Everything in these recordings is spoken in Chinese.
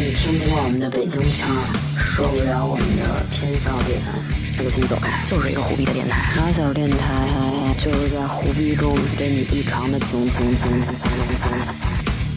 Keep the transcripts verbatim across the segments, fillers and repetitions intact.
你听不惯我们的北京腔，受不了我们的偏笑点，那就请你走开。就是一个虎逼的电台，马小电台就是在虎逼中给你异常的蹭蹭蹭蹭蹭蹭蹭蹭。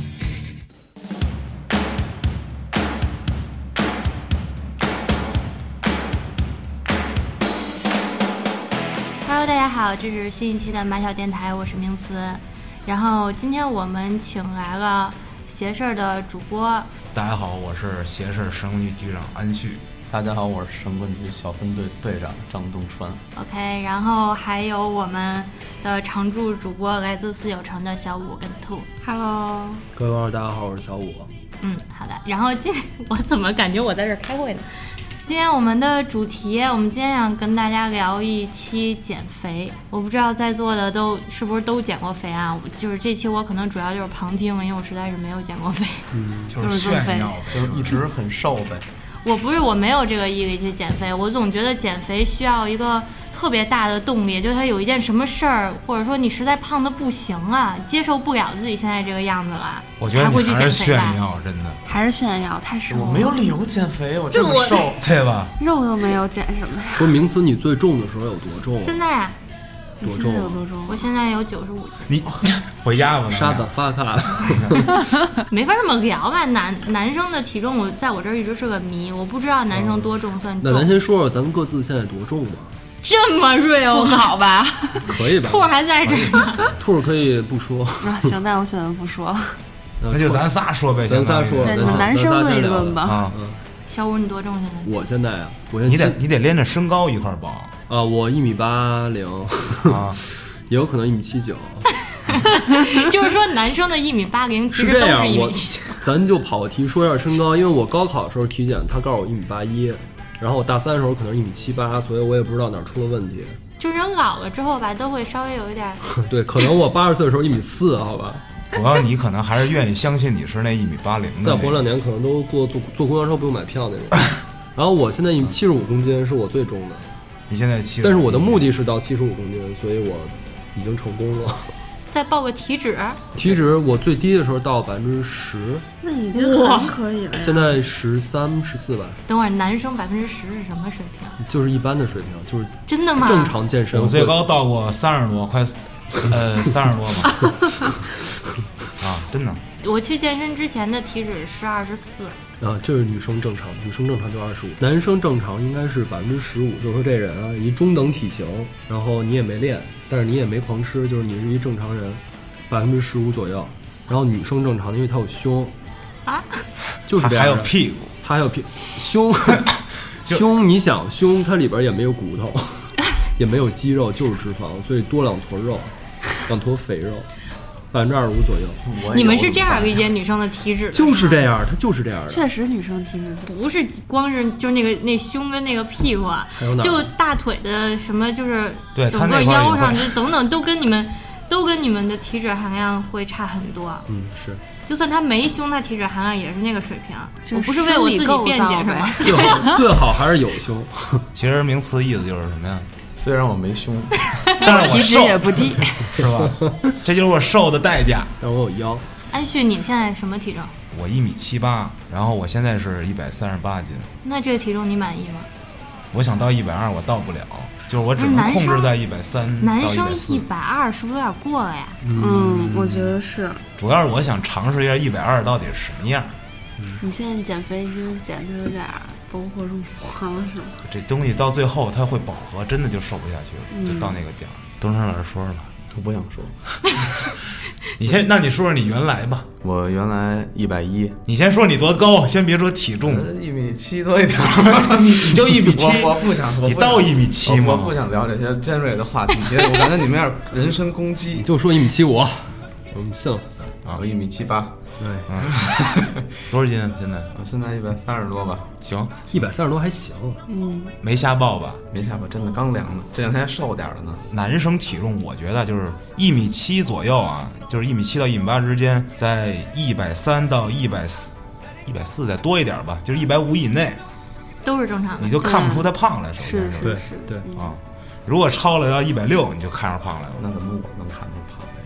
Hello， 大家好，这是新一期的马小电台，我是明慈。然后今天我们请来了邪事儿的主播。 大家好，我是邪事神棍局局长安旭。 大家好，我是神棍局小分队队长张东川。 OK， 然后还有我们的常驻主播来自四九城的小五跟兔。 Hello， 各位网友大家好，我是小五。 嗯，好的。然后今我怎么感觉我在这儿开会呢？今天我们的主题，我们今天想跟大家聊一期减肥。我不知道在座的都是不是都减过肥啊？就是这期我可能主要就是旁听，因为我实在是没有减过肥。 嗯，就是炫耀呗， 就是一直很瘦呗。 我不是，我没有这个毅力去减肥，我总觉得减肥需要一个特别大的动力，就是他有一件什么事儿，或者说你实在胖的不行啊，接受不了自己现在这个样子了， 我觉得你还是炫耀，真的还是炫耀，太瘦了。 我没有理由减肥，我这么瘦， 对吧？ 肉都没有，减什么呀？ 说名词，你最重的时候有多重？ 现在啊， 多重？ 有多重？ 我现在有九十五斤。 你回家吧， 沙子发卡。 没法这么聊吧？男男生的体重，我在我这儿一直是个谜，我不知道男生多重算重。 那咱先说说咱们各自现在多重吧。 这么real 不好吧？ 可以吧？ 兔还在这呢。 兔可以不说。 啊，行，那我选择不说。 那就咱仨说呗， 咱仨说。 对，男生论一论吧。 啊， 小五，你多重现在？ 我现在啊，我现在你得你得连着身高一块报啊，我一米八零啊， 也有可能一米七九。 就是说，男生的一米八零其实都是一米七九。 咱就跑题说一下身高，因为我高考的时候体检，他告诉我一米八一，然后我大三的时候可能是一米七八，所以我也不知道哪儿出了问题。 就是人老了之后吧，都会稍微有一点。对， 可能我八十岁的时候一米四，好吧。 主要你可能还是愿意相信你是那一米八零的。 再活两年可能都坐坐坐公交车不用买票那种。然后我现在一米七十五公斤是我最重的。 你现在七？ 但是我的目的是到七十五公斤，所以我已经成功了。 再报个体脂。 体脂我最低的时候到百分之十。 那已经很可以了呀。 现在十三、十四吧。 等会儿男生百分之十是什么水平？ 就是一般的水平，就是真的吗？ 正常健身。 我最高到过三十多，快呃三十多吧。啊，真的！ 我去健身之前的体脂是二十四。 啊，这是女生正常，女生正常就二十五，男生正常应该是百分之十五。就是说这人啊，一中等体型，然后你也没练，但是你也没狂吃，就是你是一正常人，百分之十五左右。然后女生正常，因为她有胸啊， 就是这样。 还有屁股， 她还有屁胸，胸你想胸它里边也没有骨头，也没有肌肉，就是脂肪，所以多两坨肉，两坨肥肉。百分之二十五左右， 你们是这样理解女生的体脂？ 就是这样，她就是这样的。 确实，女生体脂不是光是就那个那胸跟那个屁股啊，就大腿的什么，就是整个腰上就等等，都跟你们都跟你们的体脂含量会差很多。 嗯，是。 就算她没胸，她体脂含量也是那个水平。我不是为我自己辩解是吗？ 最好最好还是有胸。 其实名词意思就是什么呀？ 虽然我没胸， 但是我体脂也不低， 是吧？这就是我瘦的代价。 但是我有腰。 安旭，你现在什么体重？ 我一米七八，然后我现在是一百三十八斤。 那这个体重你满意吗？ 我想到一百二，我到不了，就是我只能控制在一百三。 男生一百二是不是有点过了呀？ 嗯，我觉得是。 主要是我想尝试一下一百二到底是什么样。 嗯、你现在减肥已经减得有点走火入魔了，是吗？ 这东西到最后它会饱和，真的就瘦不下去了，嗯、就到那个点儿。东升老师说说吧， 我不想说。 你先，那你说说你原来吧。 我原来一百一。 你先说你多高，先别说体重。 一米七多一点。 你你就一米七， 我我不想说。 你到一米七吗？ 我不想聊这些尖锐的话题，我感觉你们有点人身攻击。 你就说一米七五，我们信了。 啊，我一米七八。 对， 嗯，多少斤啊？现在我现在一百三十多吧。 行， 一百三十多还行。 嗯， 没瞎报吧？ 没瞎报，真的刚量的，这两天瘦点了呢。 男生体重我觉得就是一米七左右啊，就是一米七到一米八之间，在一百三到一百四，一百四再多一点吧，就是一百五以内， 都是正常的。 你就看不出他胖来，首先是是是对啊。如果超了到一百六，你就看着胖来了。 那怎么我能看出胖来？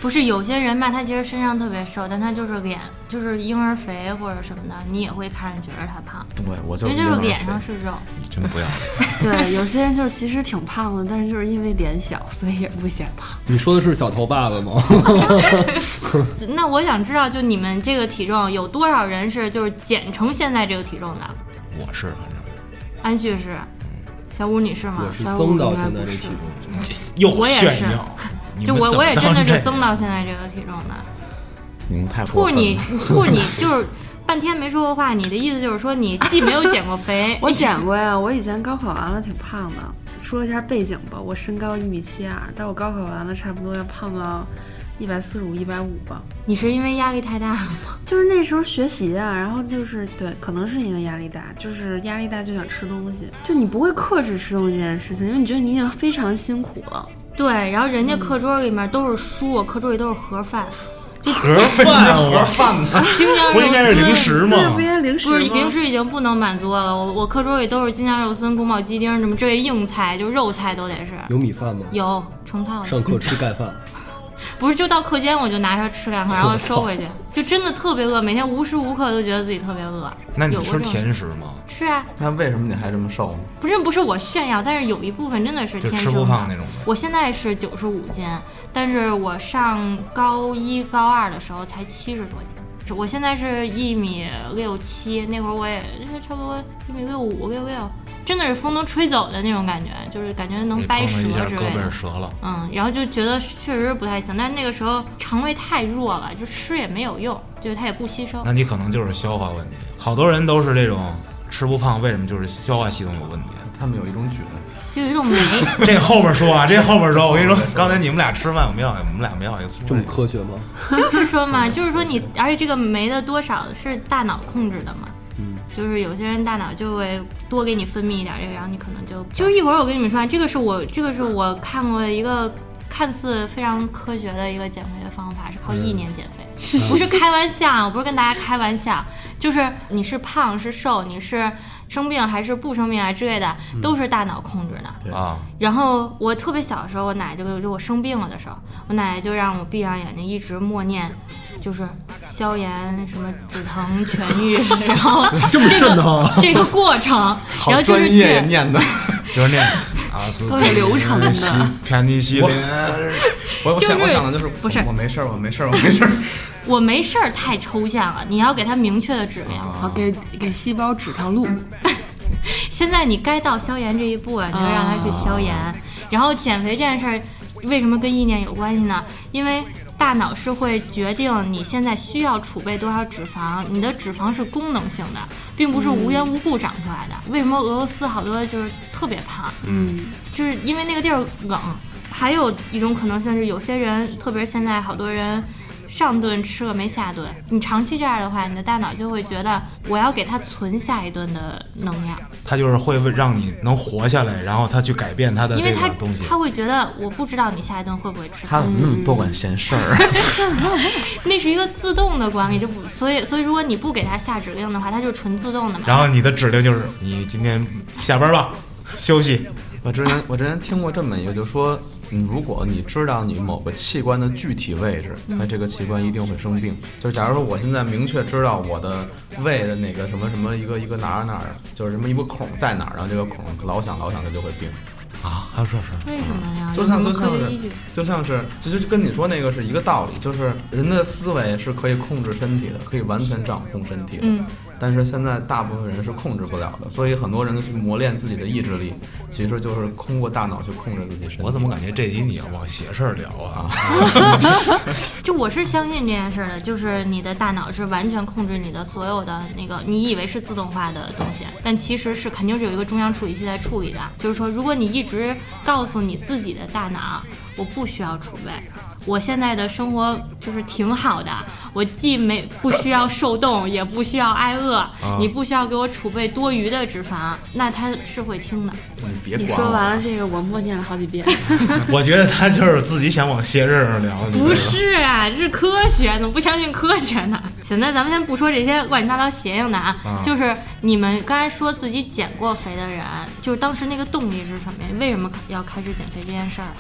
不是有些人吧，他其实身上特别瘦，但他就是脸就是婴儿肥或者什么的，你也会看着觉得他胖。 对，我就因为就是脸上是肉。 你真不要脸。 对，有些人就其实挺胖的，但是就是因为脸小，所以也不显胖。 你说的是小头爸爸吗？ 那我想知道，就你们这个体重有多少人是就是减成现在这个体重的？ 我是，反正安旭是，小五你是吗？ 我是增到现在这体重， 又炫耀。 就我我也真的是增到现在这个体重的。 你们太过分了。 兔你兔你就是半天没说过话，你的意思就是说你既没有减过肥， 我减过呀，我以前高考完了挺胖的。说一下背景吧，我身高一米七二，但我高考完了差不多要胖到一百四十五、一百五吧。 你是因为压力太大了吗？ 就是那时候学习啊，然后就是对，可能是因为压力大，就是压力大就想吃东西，就你不会克制吃东西这件事情，因为你觉得你已经非常辛苦了。 对，然后人家课桌里面都是书，我课桌里都是盒饭。 盒饭，盒饭呢？不应该是零食吗？ 不应该零食吗？ 不是，零食已经不能满足了。我我课桌里都是京酱肉丝、宫保鸡丁什么这些硬菜，就肉菜都得是。 有米饭吗？ 有成套的。 上课吃盖饭。 不是，就到课间我就拿出来吃两口，然后收回去，就真的特别饿，每天无时无刻都觉得自己特别饿。 那你吃甜食吗？ 是啊。 那为什么你还这么瘦呢？ 不是不是我炫耀，但是有一部分真的是天生的。 就吃不胖那种的。 我现在是九十五斤，但是我上高一高二的时候才七十多斤。我现在是一米六七，那会儿我也差不多一米六五六六，真的是风能吹走的那种感觉，就是感觉能掰折之类的。 胳膊折了。 嗯，然后就觉得确实不太行，但是那个时候肠胃太弱了，就吃也没有用，就是它也不吸收。 那你可能就是消化问题，好多人都是这种吃不胖，为什么就是消化系统有问题？ 他们有一种菌。 就有一种酶。 这后面说啊，这后面说，我跟你说，刚才你们俩吃饭，我们要我们俩没要一个这么科学吗？ 就是说嘛，就是说你，而且这个酶的多少是大脑控制的嘛。 嗯， 就是有些人大脑就会多给你分泌一点这个，然后你可能就就一会儿我跟你们说，这个是我这个是我看过一个看似非常科学的一个减肥的方法，是靠意念减肥，嗯、不是开玩笑，我不是跟大家开玩笑，就是你是胖是瘦，你是生病还是不生病啊之类的，都是大脑控制的啊。 然后我特别小的时候，我奶奶就就我生病了的时候，我奶奶就让我闭上眼睛，一直默念，就是消炎什么止疼痊愈，然后这么瘆得慌这个过程，然后就是专业念的， 就是念阿斯都有流程的。 偏地西林， 我我想我想的就是不是我没事儿，我没事儿，我没事儿。 我没事儿太抽象了，你要给它明确的指令。 好，给给细胞指条路。 现在你该到消炎这一步了，你就让它去消炎。哦、然后减肥这件事儿，为什么跟意念有关系呢？因为大脑是会决定你现在需要储备多少脂肪，你的脂肪是功能性的，并不是无缘无故长出来的。嗯、为什么俄罗斯好多就是特别胖？ 嗯， 就是因为那个地儿冷。还有一种可能性是，有些人，特别是现在好多人。上顿吃了没下顿，你长期这样的话，你的大脑就会觉得我要给它存下一顿的能量， 它就是会让你能活下来，然后它去改变它的这个东西。 因为它会觉得我不知道你下一顿会不会吃。 他怎么那么多管闲事儿？ 那是一个自动的管理，就不所以所以如果你不给它下指令的话，它就是纯自动的嘛。 然后你的指令就是你今天下班吧，休息。 我之前我之前听过这么一个，就是说，嗯，如果你知道你某个器官的具体位置，那这个器官一定会生病。就是假如说我现在明确知道我的胃的哪个什么什么一个一个哪儿哪儿，就是什么一个孔在哪儿，然后这个孔老想老想它就会病。 啊，还有这事？ 为什么呀？ 就像就像是就像是就就跟你说那个是一个道理，就是人的思维是可以控制身体的，可以完全掌控身体的。嗯。但是现在大部分人是控制不了的，所以很多人去磨练自己的意志力，其实就是通过大脑去控制自己身体。 我怎么感觉这集你要往邪事儿聊啊？ 就我是相信这件事的，就是你的大脑是完全控制你的所有的那个，你以为是自动化的东西，但其实是肯定是有一个中央处理器在处理的。就是说，如果你一直告诉你自己的大脑，我不需要储备。我现在的生活就是挺好的，我既没不需要受冻，也不需要挨饿，啊、你不需要给我储备多余的脂肪，那他是会听的。 你别你说完了这个，我默念了好几遍。 我觉得他就是自己想往邪事上聊。 不是啊，这是科学，怎么不相信科学呢？行，那咱们先不说这些乱七八糟邪性的啊，啊就是你们刚才说自己减过肥的人，就是当时那个动力是什么呀？为什么要开始减肥这件事儿？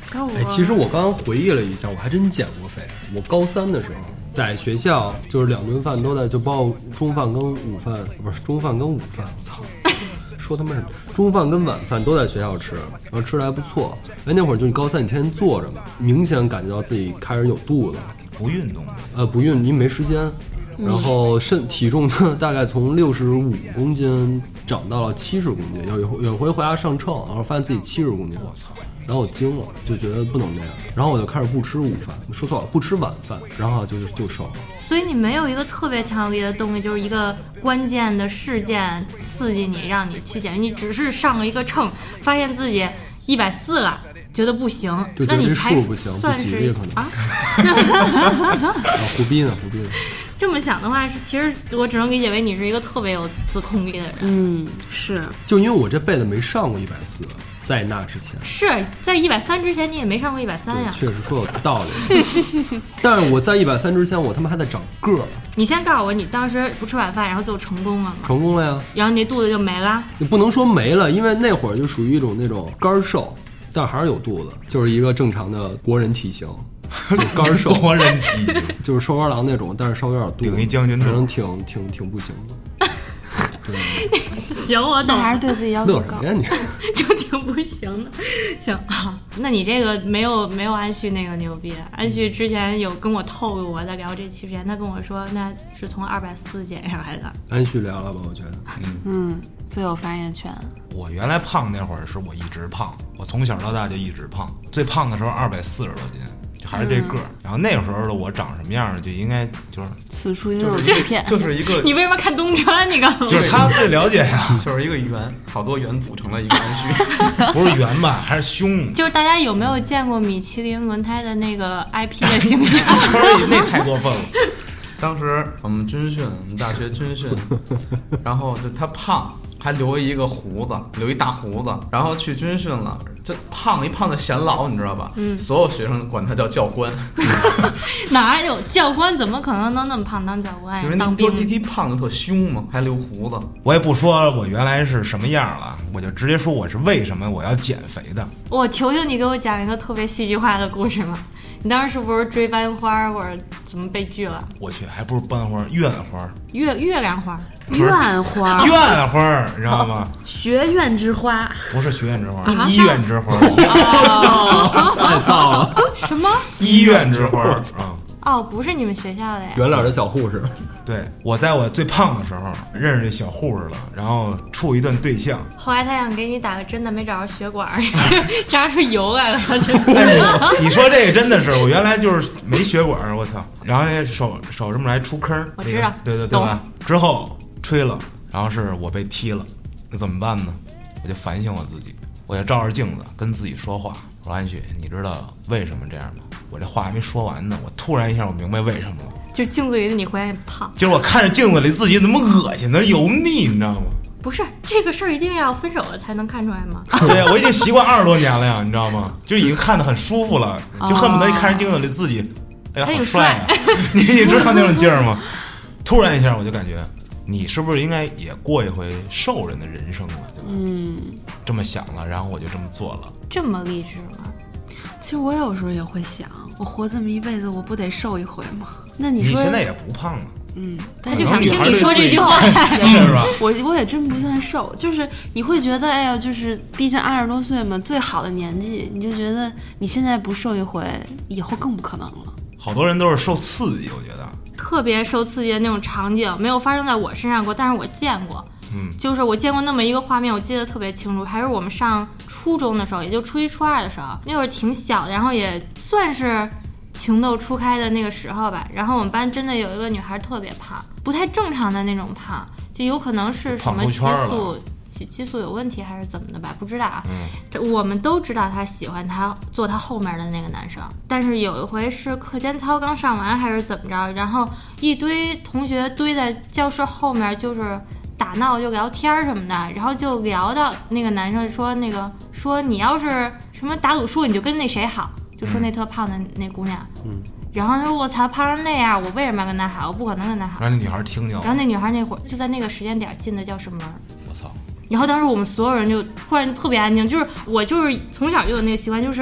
小五、 哎，其实我刚刚回忆了一下，我还真减过肥。我高三的时候在学校，就是两顿饭都在，就包括中饭跟午饭，不是中饭跟午饭，操，说他妈什么？中饭跟晚饭都在学校吃，然后吃的还不错。哎，那会儿就你高三，你天天坐着嘛，明显感觉到自己开始有肚子， 不运动的， 呃，不运，因为没时间。然后身体重呢，大概从六十五公斤长到了七十公斤。有有有回回家上秤，然后发现自己七十公斤，我操！然后我惊了，就觉得不能这样，然后我就开始不吃午饭，说错了，不吃晚饭，然后就是就瘦了。 所以你没有一个特别强烈的动力，就是一个关键的事件刺激你，让你去减肥，你只是上了一个秤，发现自己一百四了。觉得不行， 就觉得这数不行，不吉利可能啊。 胡逼呢，胡逼呢。 这么想的话，是其实我只能理解为你是一个特别有自控力的人。 嗯，是。 就因为我这辈子没上过一百四，在那之前是在一百三之前，你也没上过一百三呀。 确实说有道理。但是我在一百三之前，我他妈还在长个儿。 你先告诉我，你当时不吃晚饭，然后就成功了吗？ 成功了呀。 然后你肚子就没了？ 你不能说没了，因为那会儿就属于一种那种干瘦。但还是有肚子，就是一个正常的国人体型，就是干瘦。 国人体型就是瘦弯郎那种，但是稍微有点肚子， 顶一将军肚， 反正挺挺挺不行的。 行，我懂。 那还是对自己要求高。 乐什么呀你？就挺不行的。行啊，那你这个没有没有安旭那个牛逼。安旭之前有跟我透露，我在聊这期之前，他跟我说那是从二百四减下来的。 安旭聊了吧？我觉得， 嗯嗯，最有发言权。 我原来胖那会儿是我一直胖，我从小到大就一直胖，最胖的时候二百四十多斤。就还是这个、嗯，然后那个时候的我长什么样呢？就应该就是此处应有这片， 就是一个。 你为什么看东川？你告诉我， 就是他最了解呀， 就是一个圆，好多圆组成了一个安旭， 不是圆吧，还是胸？ 就是大家有没有见过米其林轮胎的那个 I P 的形象？ 那太过分了。 当时我们军训，我们大学军训，然后就他胖。还留一个胡子，留一大胡子，然后去军训了，就胖一胖的显老，你知道吧？嗯，所有学生管他叫教官。 哪有教官？怎么可能能那么胖当教官呀？ 就是那做那批胖的特凶嘛，还留胡子。 我也不说我原来是什么样了，我就直接说我是为什么我要减肥的。 我求求你给我讲一个特别戏剧化的故事吗？你当时是不是追班花或者怎么被拒了？ 我去，还不是班花，院花， 月月亮花， 院花， 院花，你知道吗？ 学院之花， 不是学院之花，医院之花。 太燥了！ 什么？ 医院之花啊！ 哦，不是你们学校的呀？ 圆脸的小护士。 对，我在我最胖的时候认识这小护士了，然后处一段对象。 后来他想给你打个针的，没找着血管，扎出油来了。 你说这个真的是，我原来就是没血管，我操！然后那手手这么来出坑， 我知道， 对对对吧？之后吹了，然后是我被踢了，那怎么办呢？我就反省我自己，我就照着镜子跟自己说话，说安旭，你知道为什么这样吗？我这话还没说完呢，我突然一下我明白为什么了。 就镜子里的你回来胖， 就是我看着镜子里自己怎么恶心的油腻，你知道吗？ 不是这个事儿一定要分手了才能看出来吗？ 对呀，我已经习惯二十多年了呀，你知道吗？就已经看得很舒服了，就恨不得一看着镜子里自己，哎呀好帅啊！你你知道那种劲儿吗？突然一下我就感觉，你是不是应该也过一回瘦人的人生了？对吧？嗯，这么想了，然后我就这么做了。 这么励志吗？ 其实我有时候也会想，我活这么一辈子，我不得瘦一回吗？那你说你现在也不胖了， 嗯， 他就想听你说这句话， 是吧？ 我我也真不算瘦，就是你会觉得，哎呀，就是毕竟二十多岁嘛，最好的年纪，你就觉得你现在不瘦一回，以后更不可能了。 好多人都是受刺激，我觉得特别受刺激的那种场景没有发生在我身上过，但是我见过。 嗯， 就是我见过那么一个画面，我记得特别清楚，还是我们上初中的时候，也就初一初二的时候，那会儿挺小的，然后也算是情窦初开的那个时候吧。然后我们班真的有一个女孩特别胖，不太正常的那种胖，就有可能是什么激素激激素有问题还是怎么的吧，不知道啊。嗯，我们都知道她喜欢他坐她后面的那个男生，但是有一回是课间操刚上完还是怎么着，然后一堆同学堆在教室后面，就是打闹就聊天什么的，然后就聊到那个男生说那个说你要是什么打赌输你就跟那谁好，就说那特胖的那姑娘，嗯，然后他说我操胖成那样，我为什么要跟他好？我不可能跟他好。 然后那女孩听见了， 然后那女孩那会儿就在那个时间点进的教室门， 我操！ 然后当时我们所有人就突然特别安静，就是我就是从小就有那个习惯，就是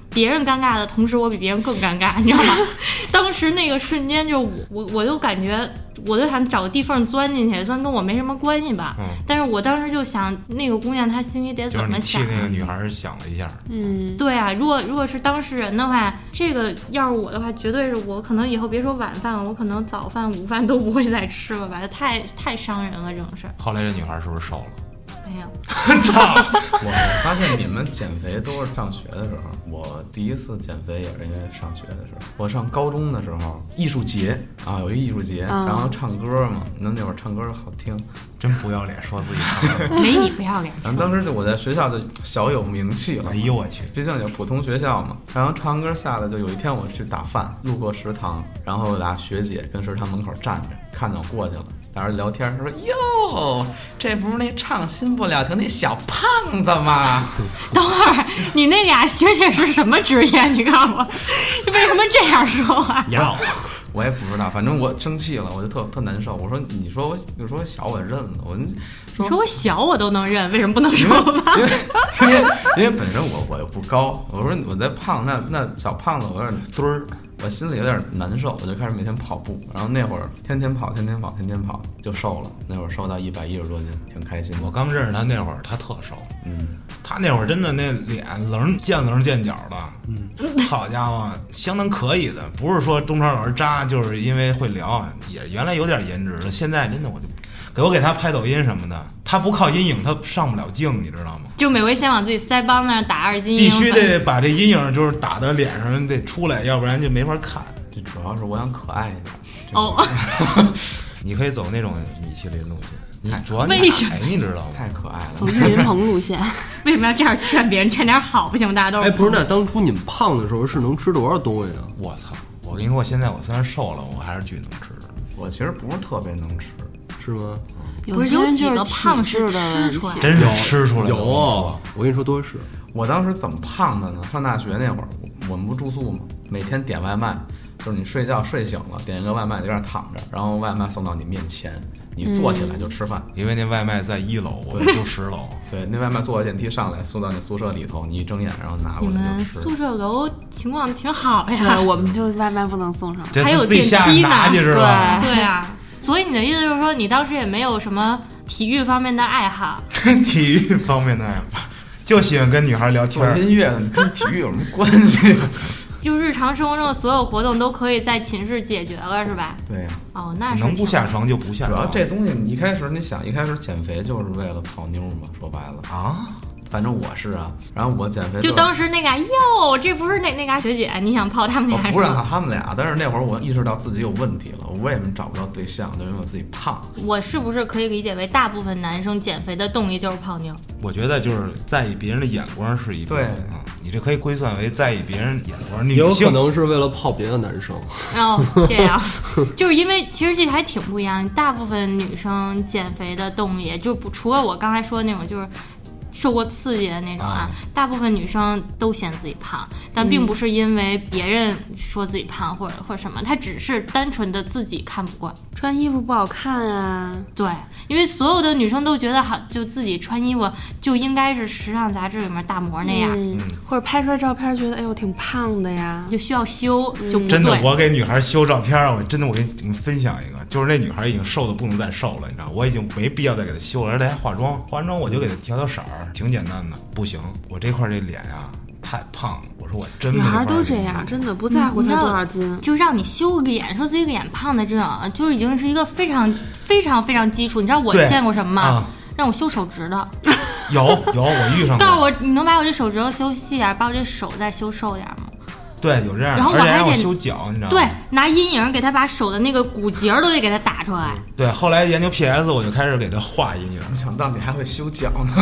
别人尴尬的同时，我比别人更尴尬，你知道吗？当时那个瞬间，就我我我就感觉，我就想找个地缝钻进去，虽然跟我没什么关系吧，嗯，但是我当时就想，那个姑娘她心里得怎么想？ 就是你替那个女孩想了一下， 嗯， 对啊，如果如果是当事人的话，这个要是我的话，绝对是我可能以后别说晚饭了，我可能早饭、午饭都不会再吃了吧，太太伤人了这种事儿。 后来这女孩是不是瘦了？ 没有， 操！ 我我发现你们减肥都是上学的时候，我第一次减肥也是因为上学的时候。我上高中的时候，艺术节啊，有一艺术节，嗯、然后唱歌嘛，那那会儿唱歌好听， 真不要脸，说自己唱歌， 没你不要脸。 然后当时就我在学校就小有名气了， 哎呦我去， 毕竟也普通学校嘛。然后唱完歌下来，就有一天我去打饭，路过食堂，然后有俩学姐跟食堂门口站着，看见我过去了。俩人聊天，他说：“哟，这不是那唱新不了情那小胖子吗？” 等会儿，你那俩学姐是什么职业？你告诉我，你为什么这样说话？ 要，我也不知道，反正我生气了，我就特特难受。我说：“你说我，你说我小，我认了。我说你说我小我都能认，为什么不能说吧？ 因为因为因为本身我我又不高，我说我再胖，那那小胖子我有点墩儿。”我心里有点难受，我就开始每天跑步，然后那会儿天天跑，天天跑，天天跑，就瘦了。那会儿瘦到一百一十多斤，挺开心的。 我刚认识他那会儿，他特瘦，嗯，他那会儿真的那脸棱见棱见角的，嗯，好家伙，相当可以的，不是说中长耳渣，就是因为会聊，也原来有点颜值的，现在真的我就。给我给他拍抖音什么的，他不靠阴影他上不了镜，你知道吗？ 就每回先往自己腮帮那儿打二斤阴影，必须得把这阴影就是打到脸上得出来，要不然就没法看。 这主要是我想可爱一点哦。 你可以走那种米其林路线，你主要为什么你知道吗？ 太可爱了， 走岳云鹏路线。 为什么要这样劝别人？劝点好不行吗？大家都是。 哎，不是，那当初你们胖的时候是能吃多少东西啊？ 我操！我跟你说，现在我虽然瘦了，我还是巨能吃的。 我其实不是特别能吃。 是吗？ 有些人就是胖是吃出来， 真是吃出来有。我跟你说多是。 我当时怎么胖的呢？上大学那会儿，我们不住宿嘛，每天点外卖，就是你睡觉睡醒了，点一个外卖就在那躺着，然后外卖送到你面前，你坐起来就吃饭， 嗯、因为那外卖在一楼，我住十楼。 对，那外卖坐电梯上来，送到你宿舍里头，你一睁眼然后拿过来就吃。 你们宿舍楼情况挺好呀。 对，我们就外卖不能送上， 还有电梯呢。 对对啊。所以你的意思就是说，你当时也没有什么体育方面的爱好？ 体育方面的爱好，就喜欢跟女孩聊天。 做音乐跟体育有什么关系？ 就日常生活中的所有活动都可以在寝室解决了，是吧？ 对呀。 哦，那是能不下床就不下床。 主要这东西，你一开始你想，一开始减肥就是为了泡妞嘛，说白了啊。 反正我是啊，然后我减肥就当时那嘎哟，这不是那那嘎学姐，你想泡他们俩？ 我不让泡他们俩，但是那会儿我意识到自己有问题了，我为什么找不到对象？就因为我自己胖。 我是不是可以理解为大部分男生减肥的动力就是泡妞？ 我觉得就是在意别人的眼光是一部分啊，你这可以归算为在意别人眼光。女性也有可能是为了泡别的男生。 哦，谢谢啊。就是因为其实这还挺不一样，大部分女生减肥的动力就不除了我刚才说的那种就是。受过刺激的那种啊，大部分女生都嫌自己胖，但并不是因为别人说自己胖或者或者什么，她只是单纯的自己看不惯， 穿衣服不好看啊。 对，因为所有的女生都觉得好，就自己穿衣服就应该是时尚杂志里面大模那样， 嗯、或者拍出来照片觉得哎呦挺胖的呀， 就需要修，嗯、就不对。 真的，我给女孩修照片，我真的我给你们分享一个，就是那女孩已经瘦的不能再瘦了，你知道，我已经没必要再给她修了，而且还化妆，化完妆我就给她调调色儿。挺简单的，不行，我这块这脸呀、啊、太胖了。我说我真女孩都这样，真的不在乎她多少斤， 就让你修脸，说自己脸胖的这种，就是已经是一个非常非常非常基础。你知道我见过什么吗？啊、让我修手指的。 有有，我遇上过。 告诉我，你能把我这手指头修细点，把我这手再修瘦点吗？ 对，有这样的， 然后我还得修脚，你知道吗？ 对，拿阴影给他把手的那个骨节都得给他打出来。 对，后来研究 P S， 我就开始给他画阴影。 没想到你还会修脚呢。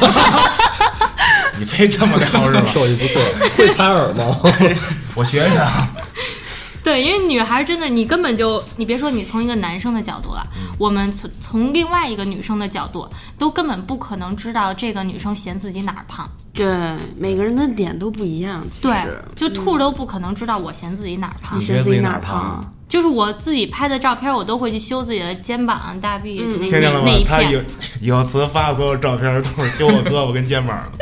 你非这么聊是吧？ 手艺不错，会采耳吗？ 我学学。 对，因为女孩真的，你根本就，你别说你从一个男生的角度了，嗯、我们从从另外一个女生的角度，都根本不可能知道这个女生嫌自己哪儿胖。 对，每个人的点都不一样。其实对，就兔都不可能知道我嫌自己哪儿胖。 你嫌自己哪儿胖？ 就是我自己拍的照片，我都会去修自己的肩膀、大臂、嗯、那听见了吗？ 那一片。 他有有词发的所有照片都是修我胳膊跟肩膀的。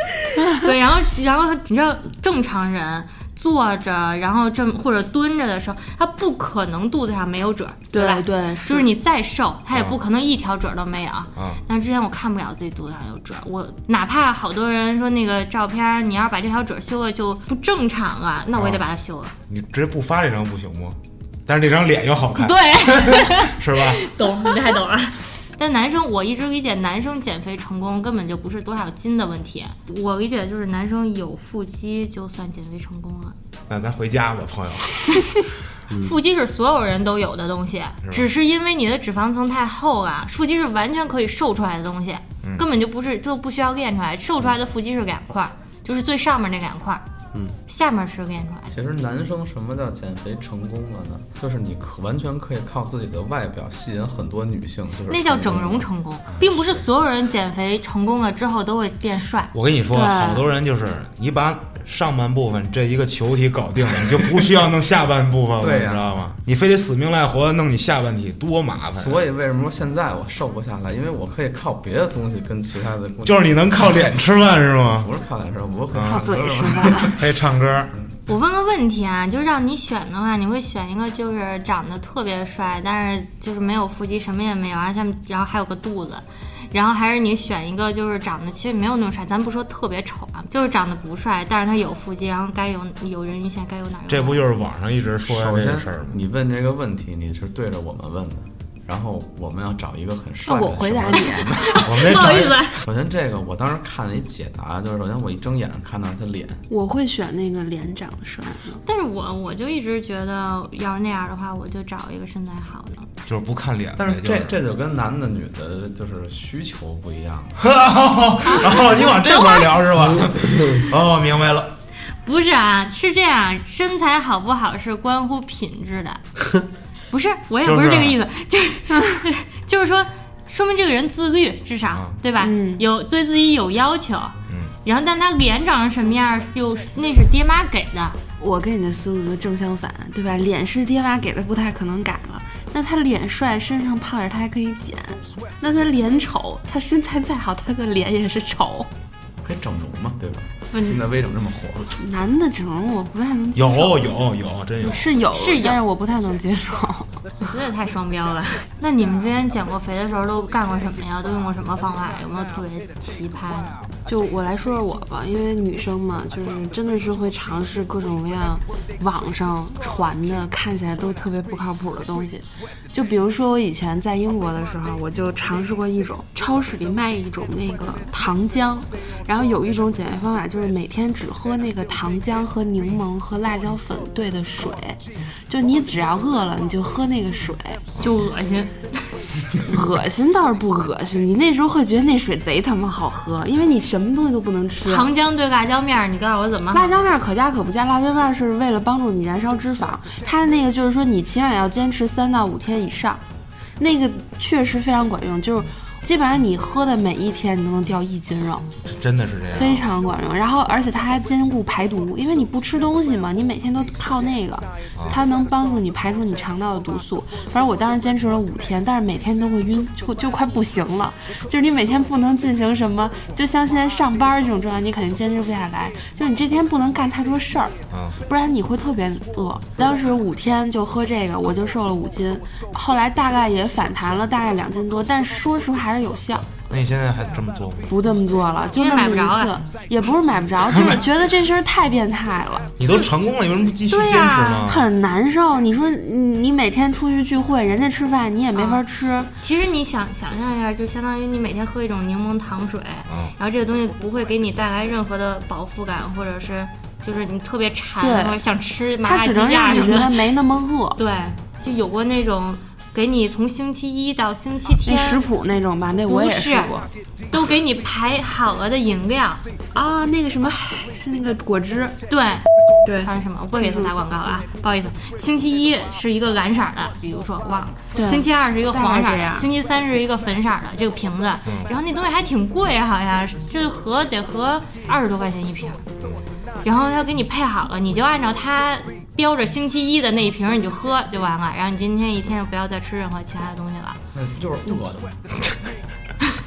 对，然后然后你知道正常人坐着，然后这么或者蹲着的时候，他不可能肚子上没有褶， 对吧？ 对， 就是你再瘦，他也不可能一条褶都没有。 嗯、 但之前我看不了自己肚子上有褶，我哪怕好多人说那个照片，你要把这条褶修了就不正常啊，那我也得把它修了。 嗯、你直接不发这张不行吗？但是这张脸又好看， 对， 是吧？ 懂，你太懂了。但男生，我一直理解男生减肥成功根本就不是多少斤的问题，我理解就是男生有腹肌就算减肥成功了。 那咱回家吧，朋友。 腹肌是所有人都有的东西，只是因为你的脂肪层太厚了。腹肌是完全可以瘦出来的东西， 嗯、 根本就不是就不需要练出来。瘦出来的腹肌是两块，就是最上面那两块。嗯，下面是练出来的。 其实男生什么叫减肥成功了呢？就是你可完全可以靠自己的外表吸引很多女性，就是那叫整容成功，并不是所有人减肥成功了之后都会变帅。 我跟你说，好多人就是你把上半部分这一个球体搞定了，你就不需要弄下半部分了， 对呀、 你知道吗？你非得死命赖活的弄你下半体，多麻烦。 所以为什么说现在我瘦不下来？因为我可以靠别的东西跟其他的， 就是你能靠脸吃饭是吗？ 不是靠脸吃饭，我可以靠嘴吃饭， 可以唱歌。 我问个问题啊，就是让你选的话，你会选一个就是长得特别帅，但是就是没有腹肌，什么也没有，而且然后还有个肚子，然后还是你选一个就是长得其实没有那么帅，咱不说特别丑啊，就是长得不帅，但是他有腹肌，然后该有有人鱼线，该有哪儿有哪儿。 这不就是网上一直说的这个事儿吗？ 你问这个问题，你是对着我们问的。然后我们要找一个很帅的。 那我回答你。 我们不好意思。 首先这个我当时看了一解答，就是首先我一睁眼看到他脸。 我会选那个脸长得帅的。 但是我我就一直觉得，要是那样的话，我就找一个身材好的。 就是不看脸。 但是这这就跟男的女的就是需求不一样。 哦，你往这边聊是吧？哦，明白了。 不是啊，是这样，身材好不好是关乎品质的。不是，我也不是这个意思，就是、就是、就是说，说明这个人自律，至少、嗯、对吧？ 嗯， 有对自己有要求。 嗯， 然后但他脸长成什么样，又那是爹妈给的。 我跟你的思路正相反，对吧？脸是爹妈给的，不太可能改了。那他脸帅，身上胖点，他还可以减。那他脸丑，他身材再好，他的脸也是丑。 可以整容嘛，对吧？现在微整这么火， 男的整容我不太能接受。 有有有，真有是有是有， 但是我不太能接受。 你真的太双标了。那你们之前减过肥的时候都干过什么呀？都用过什么方法？有没有特别奇葩的？ 就我来说说我吧，因为女生嘛，就是真的是会尝试各种各样网上传的看起来都特别不靠谱的东西。就比如说我以前在英国的时候，我就尝试过一种超市里卖一种那个糖浆，然后有一种减肥方法就是每天只喝那个糖浆和柠檬和辣椒粉兑的水，就你只要饿了你就喝那个水， 就恶心。 恶心倒是不恶心，你那时候会觉得那水贼他妈好喝，因为你什么东西都不能吃。 糖浆兑辣椒面，你告诉我怎么？ 辣椒面可加可不加，辣椒面是为了帮助你燃烧脂肪，它那个就是说你起码要坚持三到五天以上，那个确实非常管用，就是基本上你喝的每一天你都能掉一斤肉， 真的是这样， 非常管用。然后而且它还兼顾排毒，因为你不吃东西嘛，你每天都靠那个，它能帮助你排出你肠道的毒素。反正我当时坚持了五天，但是每天都会晕，就就快不行了。就是你每天不能进行什么，就像现在上班这种状态，你肯定坚持不下来。就你这天不能干太多事儿，不然你会特别饿。当时五天就喝这个，我就瘦了五斤，后来大概也反弹了大概两斤多，但是说实话还是有效。 那你现在还这么做吗？ 不这么做了，就那么一次，也不是买不着，就是觉得这事儿太变态了。 你都成功了，有什么不继续坚持吗？ 很难受。你说你每天出去聚会，人家吃饭你也没法吃。 啊、其实你想想象一下，就相当于你每天喝一种柠檬糖水， 嗯、 然后这个东西不会给你带来任何的饱腹感，或者是就是你特别馋或者想吃麻辣鸡架什么的， 它只能让你觉得没那么饿。 对，就有过那种。给你从星期一到星期天， 那食谱那种吧，那我也试过， 都给你排好了的饮料啊，那个什么是那个果汁， 对对， 还是什么？我不会给他打广告啊，不好意思。星期一是一个蓝色的，比如说忘了，星期二是一个黄色的，星期三是一个粉色的这个瓶子， 嗯、 然后那东西还挺贵，好像这合得合二十多块钱一瓶。然后他给你配好了，你就按照他标着星期一的那一瓶你就喝就完了，然后你今天一天就不要再吃任何其他的东西了。 那不就是饿的吗？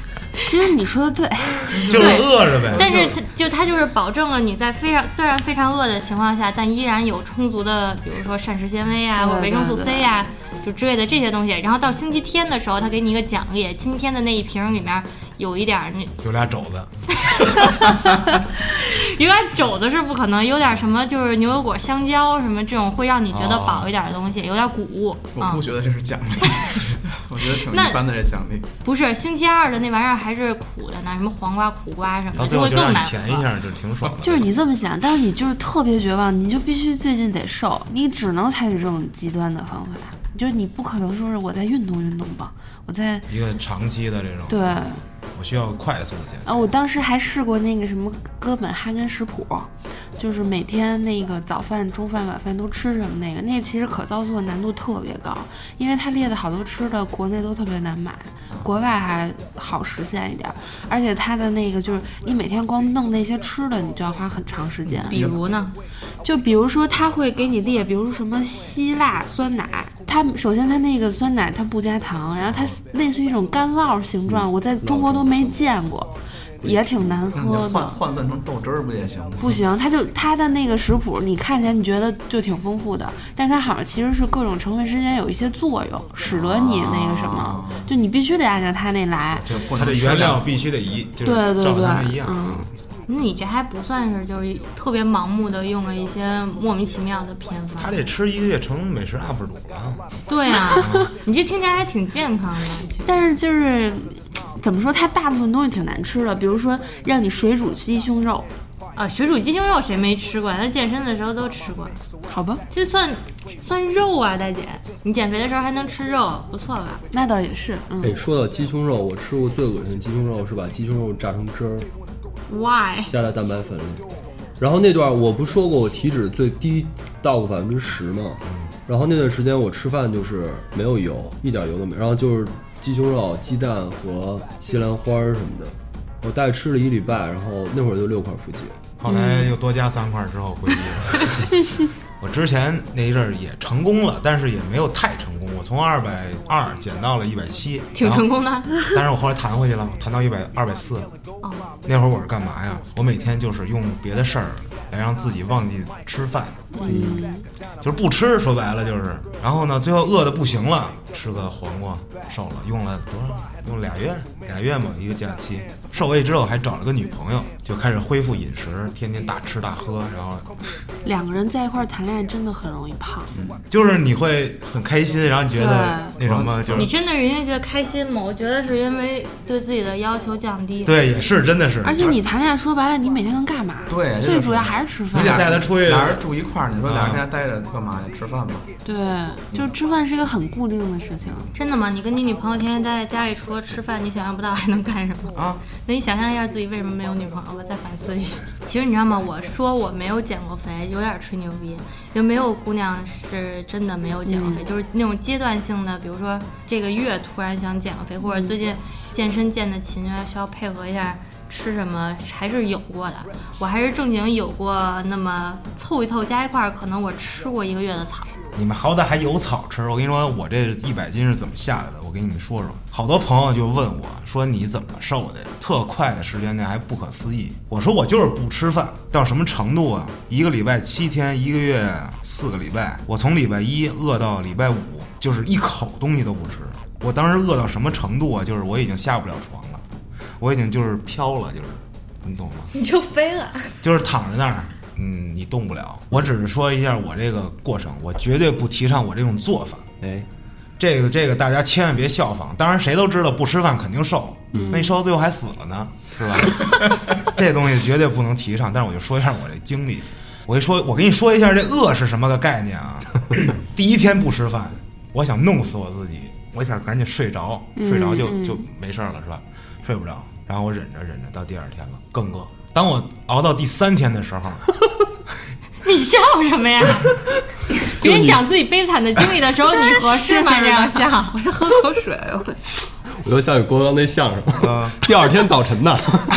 其实你说的对， 就是饿着呗。 但是它就它就是保证了你在非常虽然非常饿的情况下，但依然有充足的，比如说膳食纤维啊，或者维生素 C 呀、啊，就之类的这些东西。然后到星期天的时候，他给你一个奖励，今天的那一瓶里面有一点那有俩肘子， 有点肘子是不可能，有点什么就是牛油果、香蕉什么这种会让你觉得饱一点的东西，有点谷物。 我不觉得这是奖励。我觉得挺一般的这奖励。 不是星期二的那玩意儿还是苦的呢，什么黄瓜、苦瓜什么的， 就会更难喝。 甜一下就挺爽的。 就是你这么想，但是你就是特别绝望，你就必须最近得瘦，你只能采取这种极端的方法。就是你不可能说是我在运动运动吧，我在一个长期的这种。 对。 我需要快速的减肥。 啊，我当时还试过那个什么哥本哈根食谱，就是每天那个早饭、中饭、晚饭都吃什么那个，那个其实可操作难度特别高，因为它列的好多吃的国内都特别难买，国外还好实现一点，而且它的那个就是你每天光弄那些吃的，你就要花很长时间。 比如呢？ 就比如说他会给你列，比如说什么希腊酸奶，它首先它那个酸奶它不加糖，然后它类似于一种干酪形状，我在中国都没见过，也挺难喝的。 换换算成豆汁儿不也行吗？ 不行，它就它的那个食谱，你看起来你觉得就挺丰富的，但是它好像其实是各种成分之间有一些作用，使得你那个什么，啊、就你必须得按照它那来。 它的原料必须得一，就是对对对， 照它那一样。 嗯。 你这还不算是就是特别盲目的用了一些莫名其妙的偏方。 他得吃一个月成美食 U P 主了。 对啊，你这听起来还挺健康的。 但是就是怎么说，它大部分东西挺难吃的，比如说让你水煮鸡胸肉。 啊，水煮鸡胸肉谁没吃过？他健身的时候都吃过。 好吧， 这算算肉啊，大姐，你减肥的时候还能吃肉，不错吧？ 那倒也是。嗯， 哎，说到鸡胸肉，我吃过最恶心的鸡胸肉是把鸡胸肉榨成汁儿。 Why？ 加在蛋白粉里，然后那段我不说过我体脂最低到过百分之十吗？然后那段时间我吃饭就是没有油，一点油都没有，然后就是鸡胸肉、鸡蛋和西兰花什么的，我大概吃了一礼拜，然后那会儿就六块腹肌， 后来又多加三块之后回击了。我之前那一阵儿也成功了，但是也没有太成功。我从二百二减到了一百七， 挺成功的。 但是我后来弹回去了，弹到一百二百四。 哦， 那会儿我是干嘛呀？我每天就是用别的事儿来让自己忘记吃饭， 嗯， 就是不吃，说白了就是。然后呢，最后饿得不行了，吃个黄瓜瘦了，用了多少？用俩月，俩月嘛，一个假期。瘦位之后还找了个女朋友，就开始恢复饮食，天天大吃大喝，然后两个人在一块谈恋爱真的很容易胖， 嗯，就是你会很开心，然后你觉得那什么，就是你真的是因为觉得开心吗？我觉得是因为对自己的要求降低。 对，也是，真的是。 而且你谈恋爱说白了，你每天能干嘛？ 对， 最主要还是吃饭。 你得带他出去， 俩人住一块儿，你说俩人在家待着干嘛呀？吃饭吧。 对，就是吃饭是一个很固定的事情。 真的吗？你跟你女朋友天天待在家里，除了吃饭，你想象不到还能干什么啊？那你想象一下自己为什么没有女朋友吧，再反思一下。其实你知道吗？我说我没有减过肥，有点吹牛逼，就没有姑娘是真的没有减过肥，嗯、就是那种阶段性的，比如说这个月突然想减个肥，或者最近健身健的勤，需要配合一下吃什么，还是有过的。我还是正经有过那么凑一凑加一块，可能我吃过一个月的草。 你们好歹还有草吃，我跟你说，我这一百斤是怎么下来的？我给你们说说。好多朋友就问我说：“你怎么瘦的呀？特快的时间内还不可思议。”我说：“我就是不吃饭，到什么程度啊？一个礼拜七天，一个月四个礼拜，我从礼拜一饿到礼拜五，就是一口东西都不吃。我当时饿到什么程度啊？就是我已经下不了床了，我已经就是飘了，就是你懂吗？ 你就飞了， 就是躺在那儿。”嗯，你动不了。我只是说一下我这个过程，我绝对不提倡我这种做法。 哎， 这个这个大家千万别效仿。当然谁都知道不吃饭肯定瘦， 嗯、 那你瘦到最后还死了呢，是吧？这东西绝对不能提倡。但是我就说一下我这经历。我一说，我跟你说一下这饿是什么个概念啊？第一天不吃饭，我想弄死我自己，我想赶紧睡着，睡着就就没事了，是吧？睡不着，然后我忍着忍着，到第二天了更饿。当我熬到第三天的时候， 你笑什么呀？别人讲自己悲惨的经历的时候，你合适吗？这样笑， 我要喝口水。 我又想起郭刚那相声，呃、第二天早晨呢，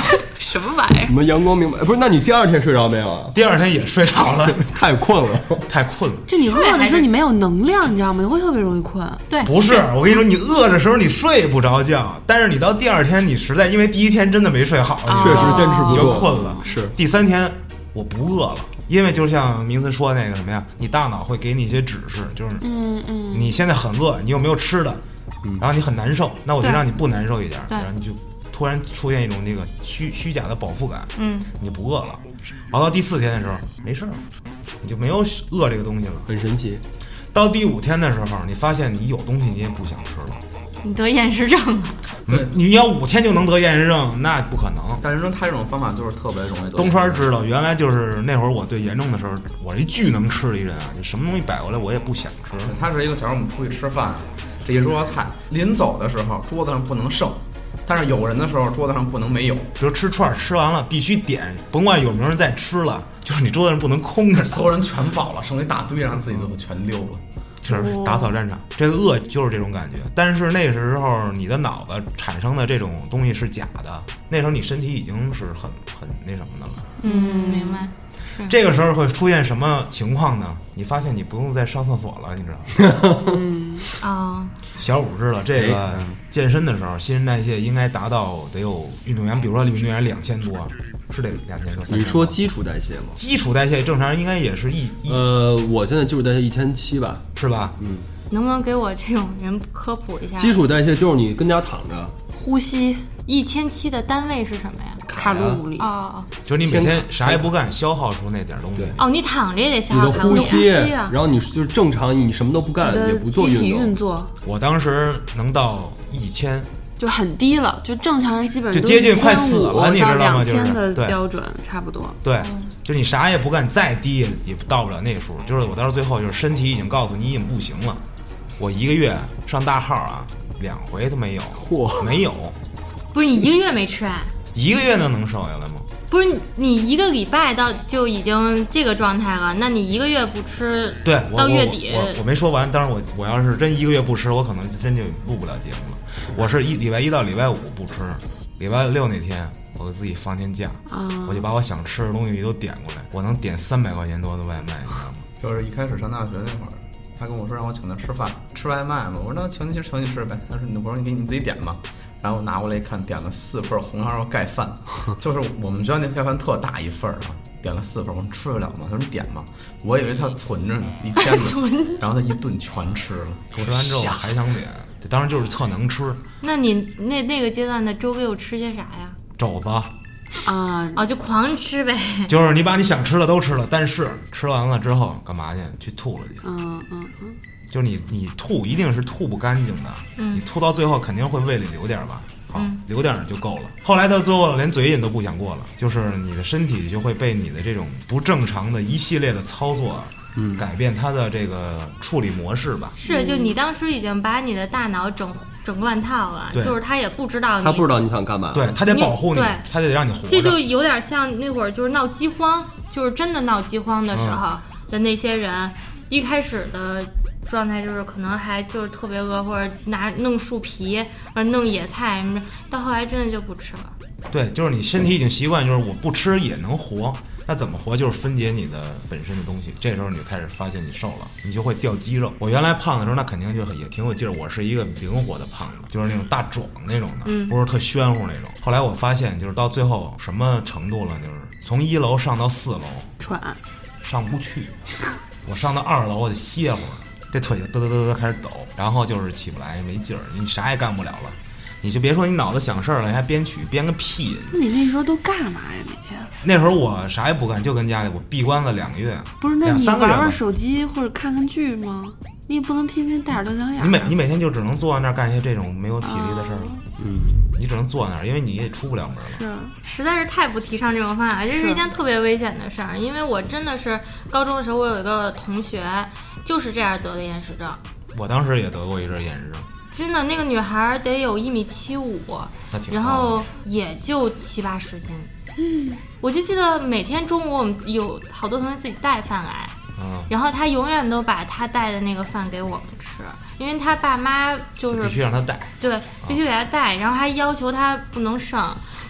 什么玩意什么阳光明媚？不是，那你第二天睡着没有啊？ 第二天也睡着了， 太困了， 太困了。 就你饿的时候你没有能量，你知道吗？你会特别容易困。 对， 不是，我跟你说，你饿的时候你睡不着觉，但是你到第二天你实在因为第一天真的没睡好， 啊确实坚持不你住， 就困了。 是第三天我不饿了，因为就像明思说那个什么呀，你大脑会给你一些指示，就是嗯嗯， 你现在很饿，你有没有吃的，然后你很难受，那我就对让你不难受一点， 对然后你就突然出现一种那个虚虚假的饱腹感， 嗯， 你就不饿了。熬到第四天的时候没事儿，你就没有饿这个东西了。 很神奇。 到第五天的时候，你发现你有东西你也不想吃了。 你得厌食症了。 对，你要五天就能得厌食症，那不可能。 但是说他这种方法就是特别容易得。 东川知道，原来就是那会儿我最严重的时候，我一巨能吃的一人啊，就什么东西摆过来我也不想吃。 他是一个，假如我们出去吃饭，这一桌菜临走的时候桌子上不能剩，但是有人的时候桌子上不能没有。 比如吃串吃完了必须点，甭管有没有人再吃了，就是你桌子上不能空着， 所有人全饱了，剩一大堆，让自己最后全溜了。 就是打扫战场。这个饿就是这种感觉，但是那时候你的脑子产生的这种东西是假的，那时候你身体已经是很很那什么的了。 嗯，明白。 这个时候会出现什么情况呢？你发现你不用再上厕所了，你知道吗？ 嗯啊， 小五知道这个健身的时候，新陈代谢应该达到得有运动员，比如说运动员两千多，是得两千多。 你说基础代谢吗？ 基础代谢正常应该也是一一呃，我现在基础代谢一千七吧， 是吧？ 嗯， 能不能给我这种人科普一下？ 基础代谢就是你跟家躺着， 呼吸一千七的单位是什么呀？ 卡路里。 哦就是你每天啥也不干，消耗出那点东西对。 哦，你躺着也得消你的耗卡路里。 呼吸， 呼吸啊然后你就是正常，你什么都不干， 你的也不做机体运运动， 作我当时能到一千， 就很低了，就正常人基本就都接近快死了，你知道吗？就是两千的对标准差不多。 对，就你啥也不干，再低也也到不了那数。就是我到最后就是身体已经告诉你已经不行了，我一个月上大号啊，两回都没有， 嚯， 没有， 不是你一个月没吃啊？ 一个月能能瘦下来吗？ 不是你你一个礼拜到就已经这个状态了，那你一个月不吃， 对，我到月底我我我没说完，当然我我要是真一个月不吃，我可能真就录不了节目了。我是一礼拜一到礼拜五不吃，礼拜六那天我给自己放天假， 啊， 我就把我想吃的东西都点过来，我能点三百块钱多的外卖，你知道吗？ 就是一开始上大学那会儿，他跟我说让我请他吃饭，吃外卖嘛。我说那请你吃，请你吃呗。他说你我说你给你自己点吧。然后我拿过来一看，点了四份红烧肉盖饭，就是我们学校那盖饭特大一份啊，点了四份，我说吃得了吗？他说你点吧。我以为他存着呢，一天呢，然后他一顿全吃了， 吃完之后还想点，这当然就是特能吃。 那你那那个阶段的周六吃些啥呀？ 肘子啊， 哦，就狂吃呗。 就是你把你想吃的都吃了，但是吃完了之后干嘛去？去吐了去。 嗯嗯嗯， 就是你你吐一定是吐不干净的， 嗯你吐到最后肯定会胃里留点吧，好， 嗯留点就够了。后来到最后连嘴瘾都不想过了，就是你的身体就会被你的这种不正常的一系列的操作， 嗯， 改变它的这个处理模式吧。 是，就你当时已经把你的大脑整整乱套了， 对就是他也不知道你， 他不知道你想干嘛， 对，他得保护你对， 他得让你活着。 这就有点像那会儿就是闹饥荒，就是真的闹饥荒的时候的那些人，一开始的状态就是可能还就是特别饿，或者拿弄树皮或者弄野菜什么的，到后来真的就不吃了。 对，就是你身体已经习惯，就是我不吃也能活。那怎么活？就是分解你的本身的东西。这时候你就开始发现你瘦了，你就会掉肌肉。我原来胖的时候，那肯定就是也挺有劲儿。我是一个灵活的胖子，就是那种大壮那种的， 嗯不是特暄乎那种。后来我发现，就是到最后什么程度了，就是从一楼上到四楼， 喘， 上不去。我上到二楼，我得歇会儿，这腿就嘚嘚嘚嘚开始抖，然后就是起不来，没劲儿，你啥也干不了了。你就别说你脑子想事儿了，你还编曲编个屁！ 那你那时候都干嘛呀？每天那会儿我啥也不干，就跟家里我闭关了两个月， 不是？那两你三个月吧玩玩手机或者看看剧吗？你也不能天天戴耳朵讲眼。 你每你每天就只能坐在那儿干一些这种没有体力的事儿了。 嗯， 你只能坐在那儿，因为你也出不了门了。 是， 实在是太不提倡这种方法，这是一件特别危险的事儿。因为我真的是高中的时候，我有一个同学就是这样得的厌食症。 我当时也得过一阵厌食症， 真的，那个女孩得有一米七五， 那挺高的然后也就七八十斤。嗯，我就记得每天中午我们有好多同学自己带饭来， 嗯， 然后他永远都把他带的那个饭给我们吃，因为他爸妈就是必须让他带。 对，必须给他带，然后还要求他不能剩。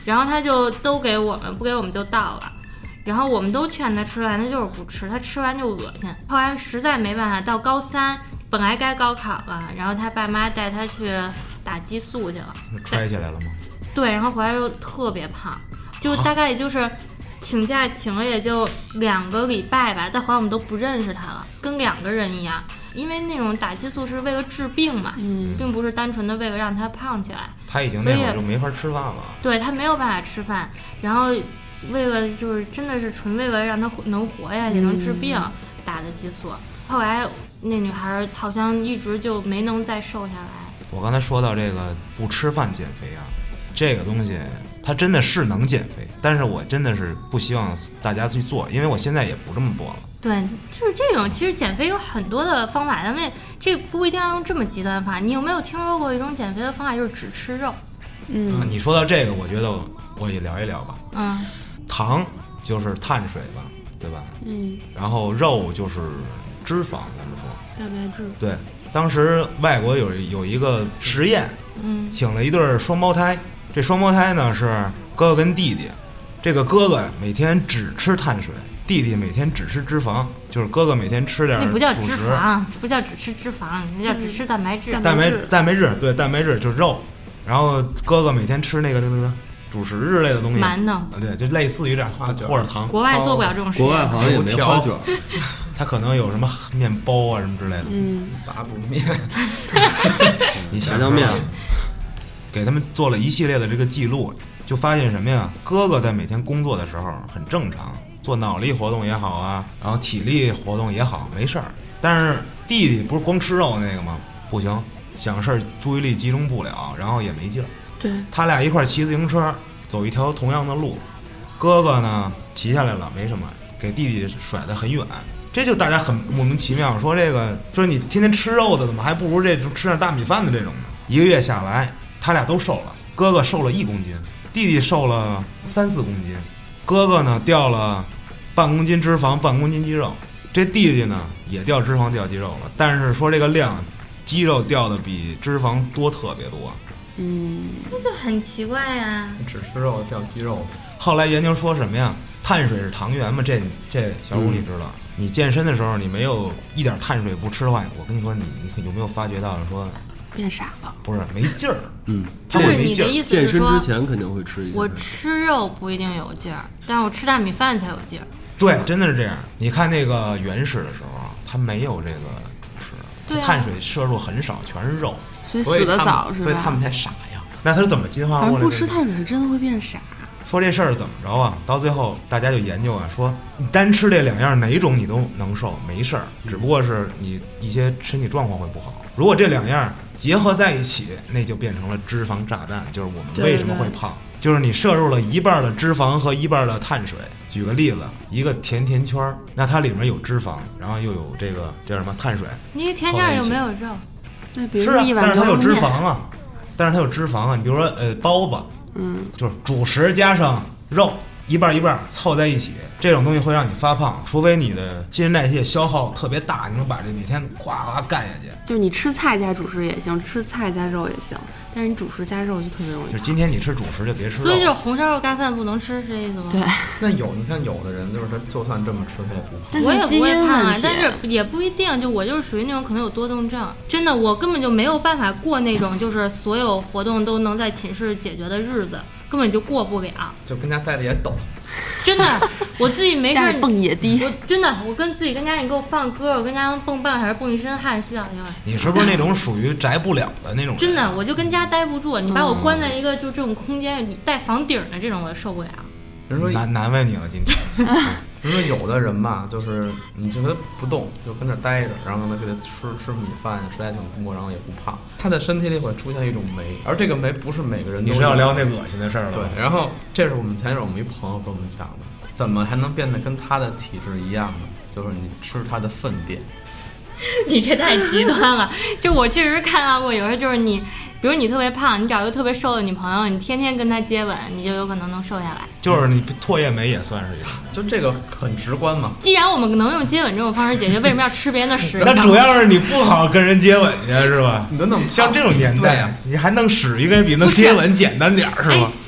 然后他就都给我们，不给我们就倒了。然后我们都劝他吃完，他就是不吃，他吃完就恶心。后来实在没办法，到高三本来该高考了，然后他爸妈带他去打激素去了， 揣起来了吗？ 对，然后回来就特别胖，就大概也就是请假请了也就两个礼拜吧，但后来我们都不认识他了，跟两个人一样。因为那种打激素是为了治病嘛，嗯，并不是单纯的为了让他胖起来。 他已经那会儿就没法吃饭了， 对，他没有办法吃饭，然后为了就是真的是纯为了让他能活下去、嗯、能治病打的激素。后来那女孩好像一直就没能再瘦下来。 我刚才说到这个不吃饭减肥啊，这个东西它真的是能减肥，但是我真的是不希望大家去做，因为我现在也不这么做了。 对，就是这种，其实减肥有很多的方法，咱们这不一定要用这么极端的方法。你有没有听说过一种减肥的方法，就是只吃肉？ 嗯， 你说到这个，我觉得我也聊一聊吧。 嗯， 糖就是碳水吧，对吧？ 嗯， 然后肉就是脂肪，咱们说蛋白质。 对，当时外国有有一个实验， 嗯， 请了一对双胞胎，这双胞胎呢是哥哥跟弟弟，这个哥哥每天只吃碳水。弟弟每天只吃脂肪，就是哥哥每天吃点主食。 那不叫脂肪，不叫只吃脂肪，那叫只吃蛋白质。 蛋白蛋白质对，蛋白质就是肉。然后哥哥每天吃那个那个那个主食之类的东西， 馒头， 对，就类似于这样花卷或者糖。 国外做不了这种实验， 国外好像也没花卷， 他可能有什么面包啊什么之类的， 嗯， 打补面， 你想象面， 给他们做了一系列的这个记录，就发现什么呀？哥哥在每天工作的时候很正常。做脑力活动也好啊，然后体力活动也好，没事儿。但是弟弟不是光吃肉那个吗？不行，想事儿注意力集中不了，然后也没劲儿。 对， 他俩一块儿骑自行车，走一条同样的路，哥哥呢骑下来了没什么，给弟弟甩得很远。这就大家很莫名其妙，说这个说你天天吃肉的，怎么还不如这吃点大米饭的这种呢？一个月下来，他俩都瘦了，哥哥瘦了一公斤，弟弟瘦了三四公斤。哥哥呢掉了半公斤脂肪，半公斤肌肉，这弟弟呢也掉脂肪掉肌肉了，但是说这个量，肌肉掉的比脂肪多特别多。 嗯， 那就很奇怪呀、啊。 只吃肉掉肌肉。 后来研究说什么呀？碳水是糖原嘛？这这小五你知道、嗯？你健身的时候你没有一点碳水不吃的话，我跟你说，你你有没有发觉到说？ 变傻了， 不是没劲儿， 嗯， 他会没劲儿。 健身之前肯定会吃一些。 我吃肉不一定有劲儿，但是我吃大米饭才有劲儿。 对，真的是这样。你看那个原始的时候啊，它没有这个主食， 对、啊， 碳水摄入很少，全是肉， 所以死得早是吧？ 所以他们才傻呀。 那他是怎么进化过来的？ 反正不吃碳水是真的会变傻。 说这事儿怎么着啊？到最后大家就研究啊，说你单吃这两样哪种你都能瘦，没事儿，只不过是你一些身体状况会不好。如果这两样结合在一起，那就变成了脂肪炸弹，就是我们为什么会胖，就是你摄入了一半的脂肪和一半的碳水。举个例子，一个甜甜圈，那它里面有脂肪，然后又有这个这什么碳水。 你一甜圈有没有肉？ 那比如说一碗是啊，但是它有脂肪啊，但是它有脂肪啊。你比如说呃包子。 嗯， 就是主食加上肉一半一半凑在一起，这种东西会让你发胖，除非你的新陈代谢消耗特别大，你能把这每天哗哗干下去。 就是你吃菜加主食也行，吃菜加肉也行，但是你主食加肉就特别容易。 就是今天你吃主食就别吃肉。 所以就是红烧肉盖饭不能吃，是这意思吗？ 对。 那有你看有的人就是他就算这么吃他也不胖。 我也不会胖啊，但是也不一定。就我就是属于那种可能有多动症，真的我根本就没有办法过那种就是所有活动都能在寝室解决的日子。根本就过不了， 就跟家待着也抖， 真的，我自己没事蹦野迪， 我真的，我跟自己跟家你给我放歌，我跟家蹦半小时，蹦一身汗，洗澡去了。 你是不是那种属于宅不了的那种人？ 真的，我就跟家待不住，你把我关在一个就这种空间，你带房顶的这种我受不了。 人说难难为你了，今天。 人说有的人吧，就是你就他不动，就跟那待着，然后呢给他吃吃米饭，吃还挺多，然后也不胖。他的身体里会出现一种酶，而这个酶不是每个人都。 你是要聊那恶心的事儿了？ 对，然后这是我们前阵我们一朋友跟我们讲的，怎么才能变得跟他的体质一样呢？就是你吃他的粪便。 你这太极端了，就我确实看到过，有时候就是你，比如你特别胖，你找一个特别瘦的女朋友，你天天跟她接吻，你就有可能能瘦下来。 就是你唾液酶也算是一个， 就这个很直观嘛。 既然我们能用接吻这种方式解决，为什么要吃别人的屎？ 那主要是你不好跟人接吻去，是吧？ 你都那么像这种年代啊，你还能使一个比能接吻简单点儿，是吧？ 如果按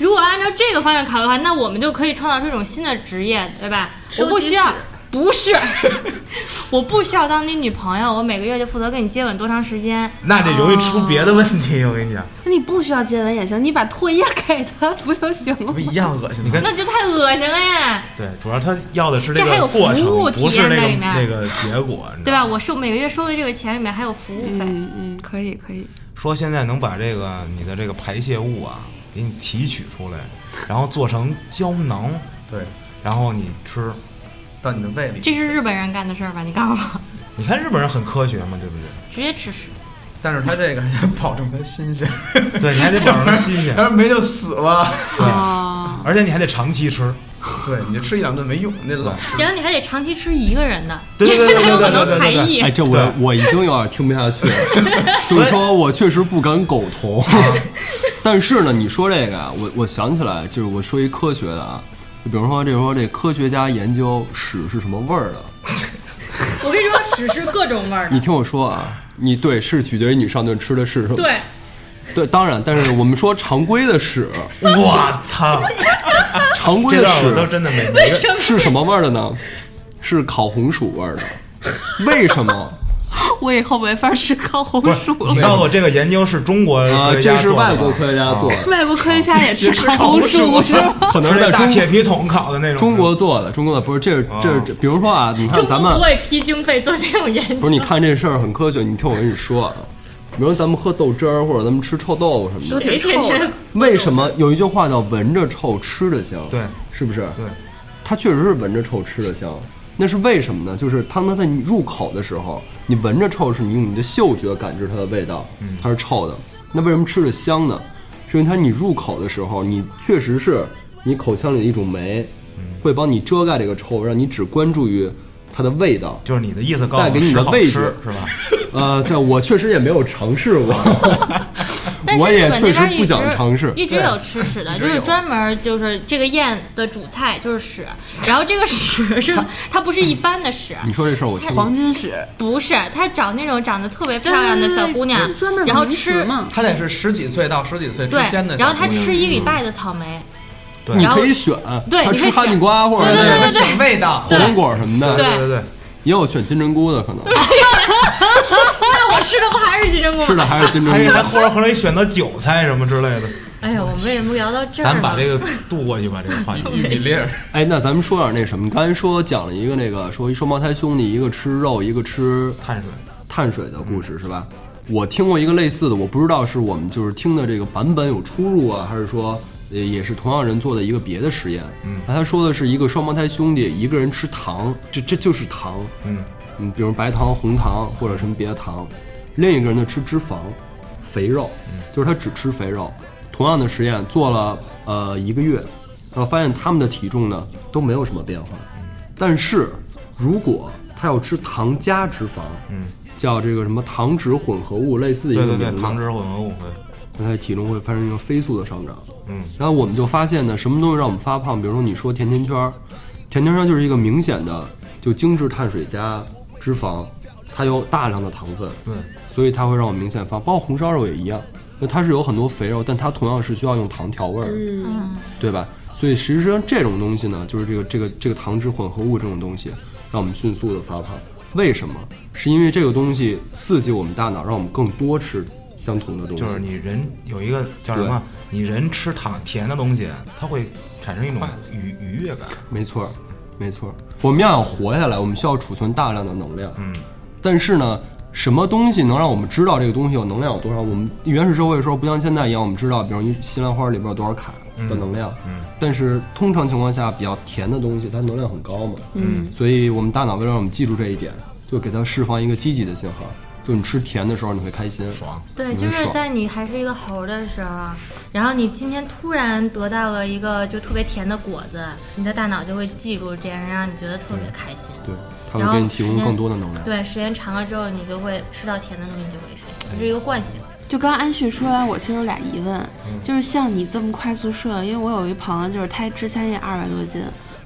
照这个方向考虑的话，那我们就可以创造出一种新的职业，对吧？我不需要，不是，我不需要当你女朋友，我每个月就负责跟你接吻多长时间。 那这容易出别的问题，我跟你讲。 那你不需要接吻也行，你把唾液给他不就行了？ 不一样恶心， 你看那就太恶心了呀。 对，主要他要的是这个过程，不是那个那个结果， 对吧？我收每个月收的这个钱里面还有服务费。 嗯嗯，可以可以。 说现在能把这个你的这个排泄物啊，给你提取出来，然后做成胶囊， 对， 然后你吃到你的胃里。 这是日本人干的事儿吧？你告诉我。 你看日本人很科学嘛，对不对？ 直接吃屎。 但是他这个也保证它新鲜， 对，你还得保证它新鲜， 要是没就死了。 对，而且你还得长期吃。 对，你就吃一两顿没用，那老吃。 然后你还得长期吃一个人的， 对对对对对对对对对。 哎，这我我已经有点听不下去了，就是说我确实不敢苟同。但是呢，你说这个啊，我我想起来，就是我说一科学的啊，就比如说这说这科学家研究屎是什么味儿的。 我跟你说，屎是各种味儿的。 你听我说啊，你对是取决于你上顿吃的是什么。 对。 对，当然，但是我们说常规的屎， 我操， 常规的屎都真的没没是什么味儿的呢？是烤红薯味儿的。为什么？ 我以后没法吃烤红薯了。 你告诉我，这个研究是中国科学家做的、 啊、这是外国科学家做的。 啊、外国科学家也吃烤红薯是吗？ 可能是在大铁皮桶烤的那种。 中国做的，中国的不是这是这是，比如说啊，你看咱们中国不会批经费做这种研究。 不是，你看这事儿很科学，你听我跟你说啊。比如咱们喝豆汁儿，或者咱们吃臭豆腐什么的， 都挺臭的。 为什么有一句话叫“闻着臭，吃着香”？ 对， 是不是？ 对， 它确实是闻着臭，吃着香。那是为什么呢？就是当它在你入口的时候，你闻着臭，是你用你的嗅觉感知它的味道，它是臭的。那为什么吃着香呢？是因为它你入口的时候，你确实是你口腔里的一种酶，会帮你遮盖这个臭，让你只关注于它的味道。 就是你的意思，告诉带给你的位置是吧？ 呃，这我确实也没有尝试过，我也确实不想尝试。 一直有吃屎的，就是专门就是这个宴的主菜就是屎，然后这个屎是它不是一般的屎。 你说这事儿我听黄金屎不是，他找那种长得特别漂亮的小姑娘，然后吃嘛， 他得是十几岁到十几岁之间的， 然后他吃一个礼拜的草莓。 对， 你可以选， 对， 他吃哈密瓜或者那个选味道， 火龙果什么的， 对对对， 也有选金针菇的可能。 那我吃的不还是金针菇？ 吃的还是金针菇， 还或者后来选择韭菜什么之类的。 哎呀，我们为什么聊到这儿？ 咱把这个渡过去吧，这个话题。 玉米粒儿。 哎，那咱们说点那什么，你刚才说讲了一个那个说一双胞胎兄弟，一个吃肉，一个吃碳水， 碳水的故事、嗯、是吧？我听过一个类似的，我不知道是我们就是听的这个版本有出入啊，还是说也是同样人做的一个别的实验。 嗯， 那他说的是一个双胞胎兄弟，一个人吃糖，这这就是糖。 嗯嗯，比如白糖、红糖或者什么别的糖，另一个人呢吃脂肪、肥肉，就是他只吃肥肉。同样的实验做了呃一个月，然后发现他们的体重呢都没有什么变化。但是如果他要吃糖加脂肪， 嗯， 叫这个什么糖脂混合物，类似的一个名字， 对对对，糖脂混合物，对， 那他的体重会发生一个飞速的上涨。 嗯， 然后我们就发现呢，什么东西让我们发胖？比如说你说甜甜圈，甜甜圈就是一个明显的就精致碳水加脂肪，它有大量的糖分， 对， 所以它会让我们明显发，包括红烧肉也一样。那它是有很多肥肉，但它同样是需要用糖调味儿的， 嗯， 对吧？所以实际上这种东西呢，就是这个这个这个糖脂混合物这种东西，让我们迅速的发胖。为什么？是因为这个东西刺激我们大脑，让我们更多吃相同的东西。 就是你人有一个叫什么？你人吃糖甜的东西，它会产生一种愉愉悦感。 没错，没错。我们要想活下来，我们需要储存大量的能量。 嗯， 但是呢，什么东西能让我们知道这个东西有能量有多少？我们原始社会的时候不像现在一样，我们知道，比如西兰花里边有多少卡的能量。 嗯，嗯但是通常情况下，比较甜的东西它能量很高嘛。 嗯， 所以我们大脑为了让我们记住这一点，就给它释放一个积极的信号。就你吃甜的时候，你会开心爽。 对，就是在你还是一个猴的时候，然后你今天突然得到了一个就特别甜的果子，你的大脑就会记住这样，让你觉得特别开心。 对，它会给你提供更多的能量。 对，时间长了之后，你就会吃到甜的东西，就会开心，这是一个惯性。 就刚安旭说完，我其实有俩疑问，就是像你这么快速摄，因为我有一朋友，就是他之前也二百多斤。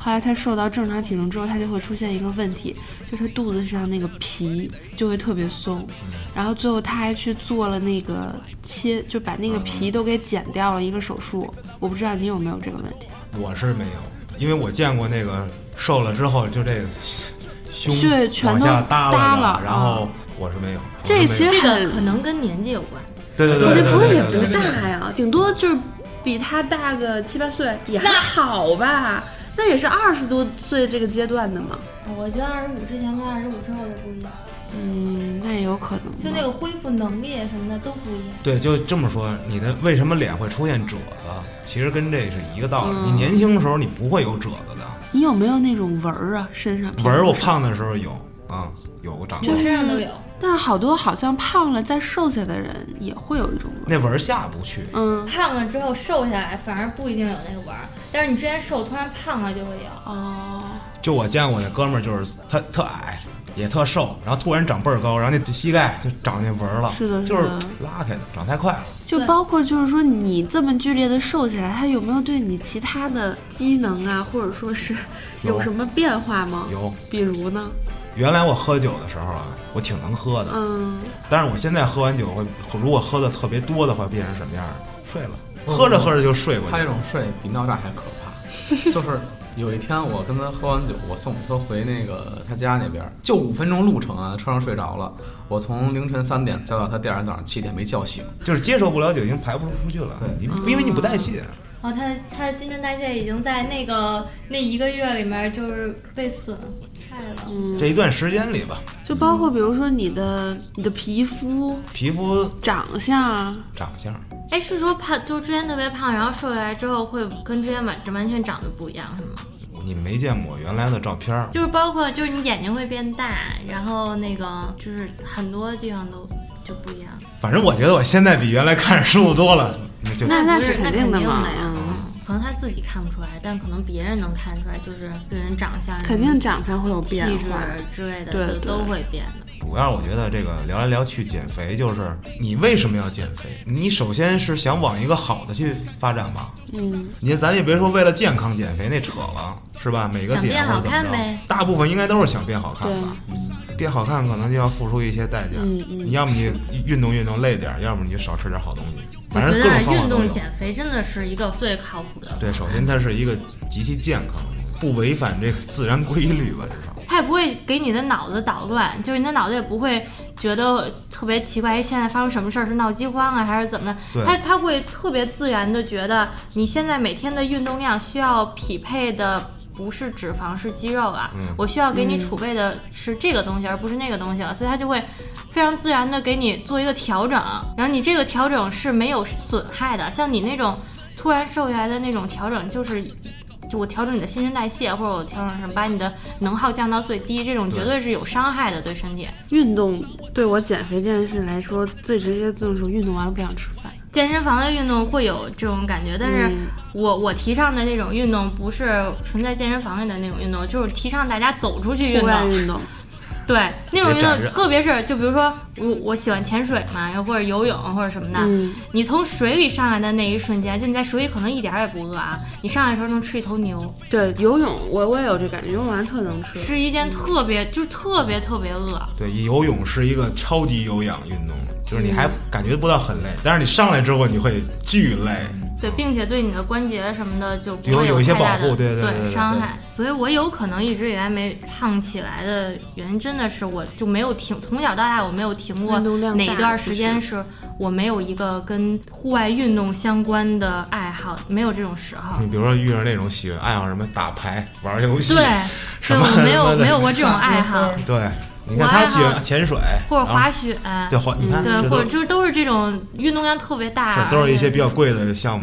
后来他瘦到正常体重之后，他就会出现一个问题，就是他肚子上那个皮就会特别松，然后最后他还去做了那个切，就把那个皮都给剪掉了一个手术。我不知道你有没有这个问题？ 我是没有，因为我见过那个瘦了之后就这个胸血全都往下耷耷了， 然后我是没有。 这其实这个可能跟年纪有关。 对对对对对， 不会也不大呀，顶多就是比他大个七八岁，也还好吧。那也是二十多岁这个阶段的嘛。 我觉得二十五之前跟二十五之后的不一样。 嗯，那也有可能。 就那个恢复能力什么的都不一样。 对，就这么说，你的为什么脸会出现褶子，其实跟这是一个道理。 嗯、 你年轻的时候你不会有褶子的。 你有没有那种纹儿啊？身上纹儿，我胖的时候有啊，有过长过， 就身上都有。 但是好多好像胖了再瘦下的人也会有一种纹， 那纹下不去。 嗯， 胖了之后瘦下来反而不一定有那个纹，但是你之前瘦突然胖了就会有。 哦， 就我见过那哥们儿，就是他特矮也特瘦，然后突然长倍儿高，然后那膝盖就长那纹了。 是的， 就是拉开的，长太快了。 就包括就是说你这么剧烈的瘦起来，它有没有对你其他的机能啊，或者说是有什么变化吗？ 有， 比如呢？ 原来我喝酒的时候啊，我挺能喝的， 嗯， 但是我现在喝完酒会，如果喝的特别多的话，变成什么样？睡了，喝着喝着就睡过去。 他这种睡比闹炸还可怕，就是有一天我跟他喝完酒，我送他回那个他家那边，就五分钟路程啊，车上睡着了。我从凌晨三点叫到他第二天早上七点没叫醒， 就是接受不了酒精，排不出去了。你因为你不代谢。 哦，他的他的新陈代谢已经在那个那一个月里面就是被损害了。 嗯， 这一段时间里吧， 就包括比如说你的你的皮肤、 皮肤、 长相、 长相。 哎，是说胖，就之前特别胖，然后瘦下来之后会跟之前完完全长得不一样，是吗？ 你没见过原来的照片， 就是包括就是你眼睛会变大，然后那个就是很多地方都就不一样。 反正我觉得我现在比原来看着舒服多了。就那那是肯定的嘛， 嗯，可能他自己看不出来，但可能别人能看出来，就是这个人长相肯定长相会有变化， 气质之类的， 对就都会变的。 主要我觉得这个聊来聊去减肥，就是你为什么要减肥？你首先是想往一个好的去发展吧。 嗯， 你咱也别说为了健康减肥，那扯了，是吧？每个点或者怎么着，大部分应该都是想变好看吧。变好看可能就要付出一些代价。 嗯嗯， 你要么你运动运动累点，要么你就少吃点好东西。 我觉得运动减肥真的是一个最靠谱的。 对，首先它是一个极其健康的，不违反这个自然规律吧，至少。 它也不会给你的脑子捣乱，就是你的脑子也不会觉得特别奇怪，现在发生什么事儿，是闹饥荒啊还是怎么的？它它会特别自然的觉得你现在每天的运动量需要匹配的不是脂肪是肌肉啊， 嗯、 我需要给你储备的是这个东西，而不是那个东西了，所以它就会非常自然的给你做一个调整，然后你这个调整是没有损害的，像你那种突然瘦下来的那种调整就是。就我调整你的新陈代谢，或者我调整什么，把你的能耗降到最低，这种绝对是有伤害的对身体。 运动对我减肥这件事来说，最直接作用是运动完了不想吃饭。 健身房的运动会有这种感觉，但是我、嗯、我提倡的那种运动不是纯在健身房里的那种运动，就是提倡大家走出去运动。 户外运动。 对，那种运动，特别是就比如说我我喜欢潜水嘛，又或者游泳或者什么的、 嗯， 你从水里上来的那一瞬间，就你在水里可能一点也不饿啊，你上来的时候能吃一头牛。 对，游泳我我也有这感觉，游泳完特能吃， 是一件特别、嗯、就是特别特别饿。 对，游泳是一个超级有氧运动，就是你还感觉不到很累，但是你上来之后你会巨累。 对，并且对你的关节什么的就不会有一些保护， 对对 对, 对, 对伤害。所以我有可能一直以来没胖起来的原因，真的是我就没有停，从小到大我没有停过哪一段时间是我没有一个跟户外运动相关的爱好，没有这种时候。 你比如说遇上那种喜欢爱好什么打牌、玩游戏， 对， 什么对我没有没有过这种爱好。 对。你看他喜欢潜水或者滑雪， 对滑，你看对，或者就是都是这种运动量特别大， 是都是一些比较贵的项目。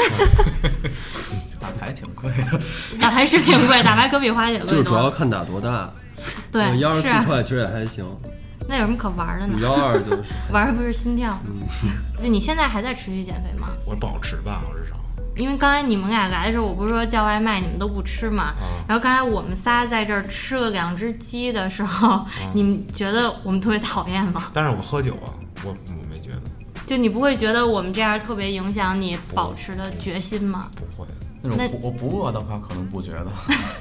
打牌挺贵的， 打牌是挺贵，打牌可比滑雪贵。 就是主要看打多大。 对， 幺十四块其实也还行。 那有什么可玩的呢？ 五幺二就是玩的不是心跳。 嗯， 就你现在还在持续减肥吗？ 我保持吧，我至少。 因为刚才你们俩来的时候，我不是说叫外卖你们都不吃嘛、嗯、然后刚才我们仨在这儿吃了两只鸡的时候、嗯、你们觉得我们特别讨厌吗？ 但是我喝酒啊，我我没觉得。 就你不会觉得我们这样特别影响你保持的决心吗？ 不会。 那种我不饿的话可能不觉得。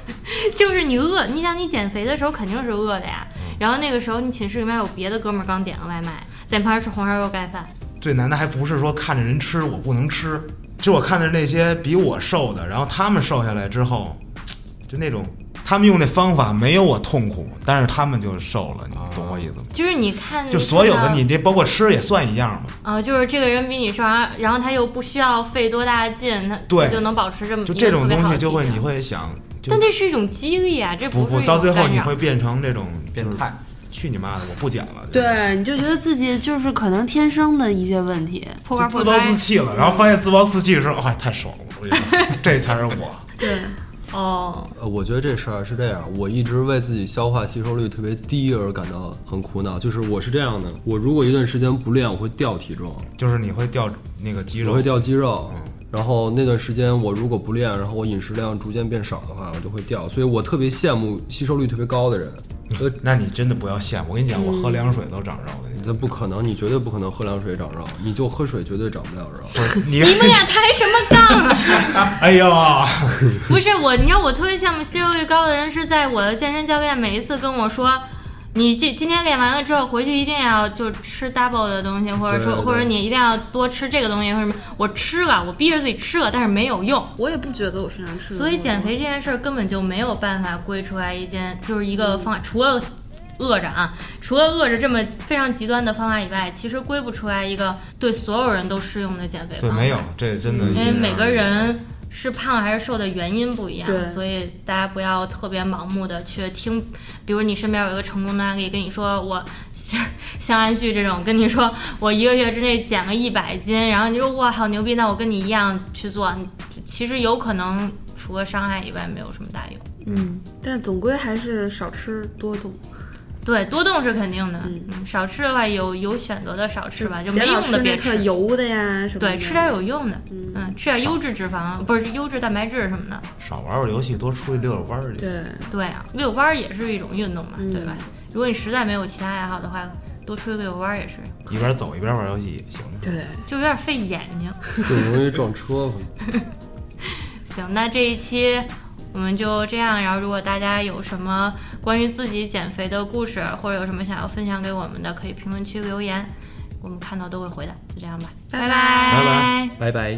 就是你饿，你想你减肥的时候肯定是饿的呀。然后那个时候你寝室里面有别的哥们儿刚点了外卖，在旁边吃红烧肉盖饭。 最难的还不是说看着人吃我不能吃，就我看着那些比我瘦的，然后他们瘦下来之后，就那种他们用那方法没有我痛苦，但是他们就瘦了，你懂我意思吗？ 就是你看， 就所有的你这包括吃也算一样嘛。 啊、呃，就是这个人比你瘦，然后他又不需要费多大劲，他对就能保持这么就这种东西就会你会想， 但这是一种激励啊，这不不不到最后你会变成这种变态。去你妈的！我不减了。 对，你就觉得自己就是可能天生的一些问题， 破罐破自暴自弃了，然后发现自暴自弃的时候，哎，太爽了！我觉得这才是我。 对， 哦， 呃，我觉得这事儿是这样，我一直为自己消化吸收率特别低而感到很苦恼。就是我是这样的，我如果一段时间不练，我会掉体重， 就是你会掉那个肌肉， 我会掉肌肉。嗯然后那段时间我如果不练，然后我饮食量逐渐变少的话，我就会掉。所以我特别羡慕吸收率特别高的人。 呃，那你真的不要羡慕。我跟你讲，我喝凉水都长肉的。 那不可能，你绝对不可能喝凉水长肉，你就喝水绝对长不了肉。 你你们俩抬什么杠啊？ 哎呦， 不是我，你知道我特别羡慕吸收率高的人，是在我的健身教练每一次跟我说。你这今天练完了之后回去一定要就吃 double 的东西，或者说对对对或者你一定要多吃这个东西或者什么。我吃了，我逼着自己吃了，但是没有用。 我也不觉得我身上吃的。 所以减肥这件事儿根本就没有办法归出来一件就是一个方法，除了饿着啊，除了饿着这么非常极端的方法以外，其实归不出来一个对所有人都适用的减肥方法。 对，没有，这真的。 因为每个人是胖还是瘦的原因不一样， 对， 所以大家不要特别盲目的去听，比如你身边有一个成功的案例跟你说我像安旭这种跟你说我一个月之内减了一百斤，然后你说哇好牛逼，那我跟你一样去做，其实有可能除了伤害以外没有什么大用。 嗯，但总归还是少吃多动。 对，多动是肯定的， 嗯嗯，少吃的话有有选择的少吃吧，就没用的别吃。特油的呀什么的。 对，吃点有用的， 嗯， 嗯吃点优质脂肪，不是优质蛋白质什么的。 少玩玩游戏，多出去溜溜弯儿去。 对对啊，遛弯儿也是一种运动嘛， 嗯、 对吧？如果你实在没有其他爱好的话，多出去遛弯儿也是。 一边走一边玩游戏也行。 对， 就有点费眼睛， 就容易撞车。 行，那这一期。我们就这样，然后如果大家有什么关于自己减肥的故事，或者有什么想要分享给我们的，可以评论区留言，我们看到都会回的。就这样吧， 拜拜拜拜拜。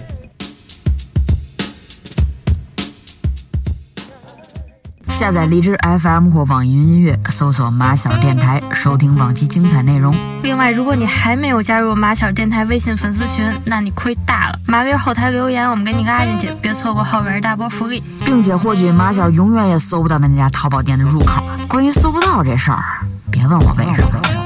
下载荔枝 F M 或网易云音乐，搜索马小电台，收听往期精彩内容。 另外，如果你还没有加入马小电台微信粉丝群，那你亏大了。马哥后台留言，我们给你拉进去，别错过后边大波福利， 并且获取马小永远也搜不到的那家淘宝店的入口。关于搜不到这事儿，别问我为什么。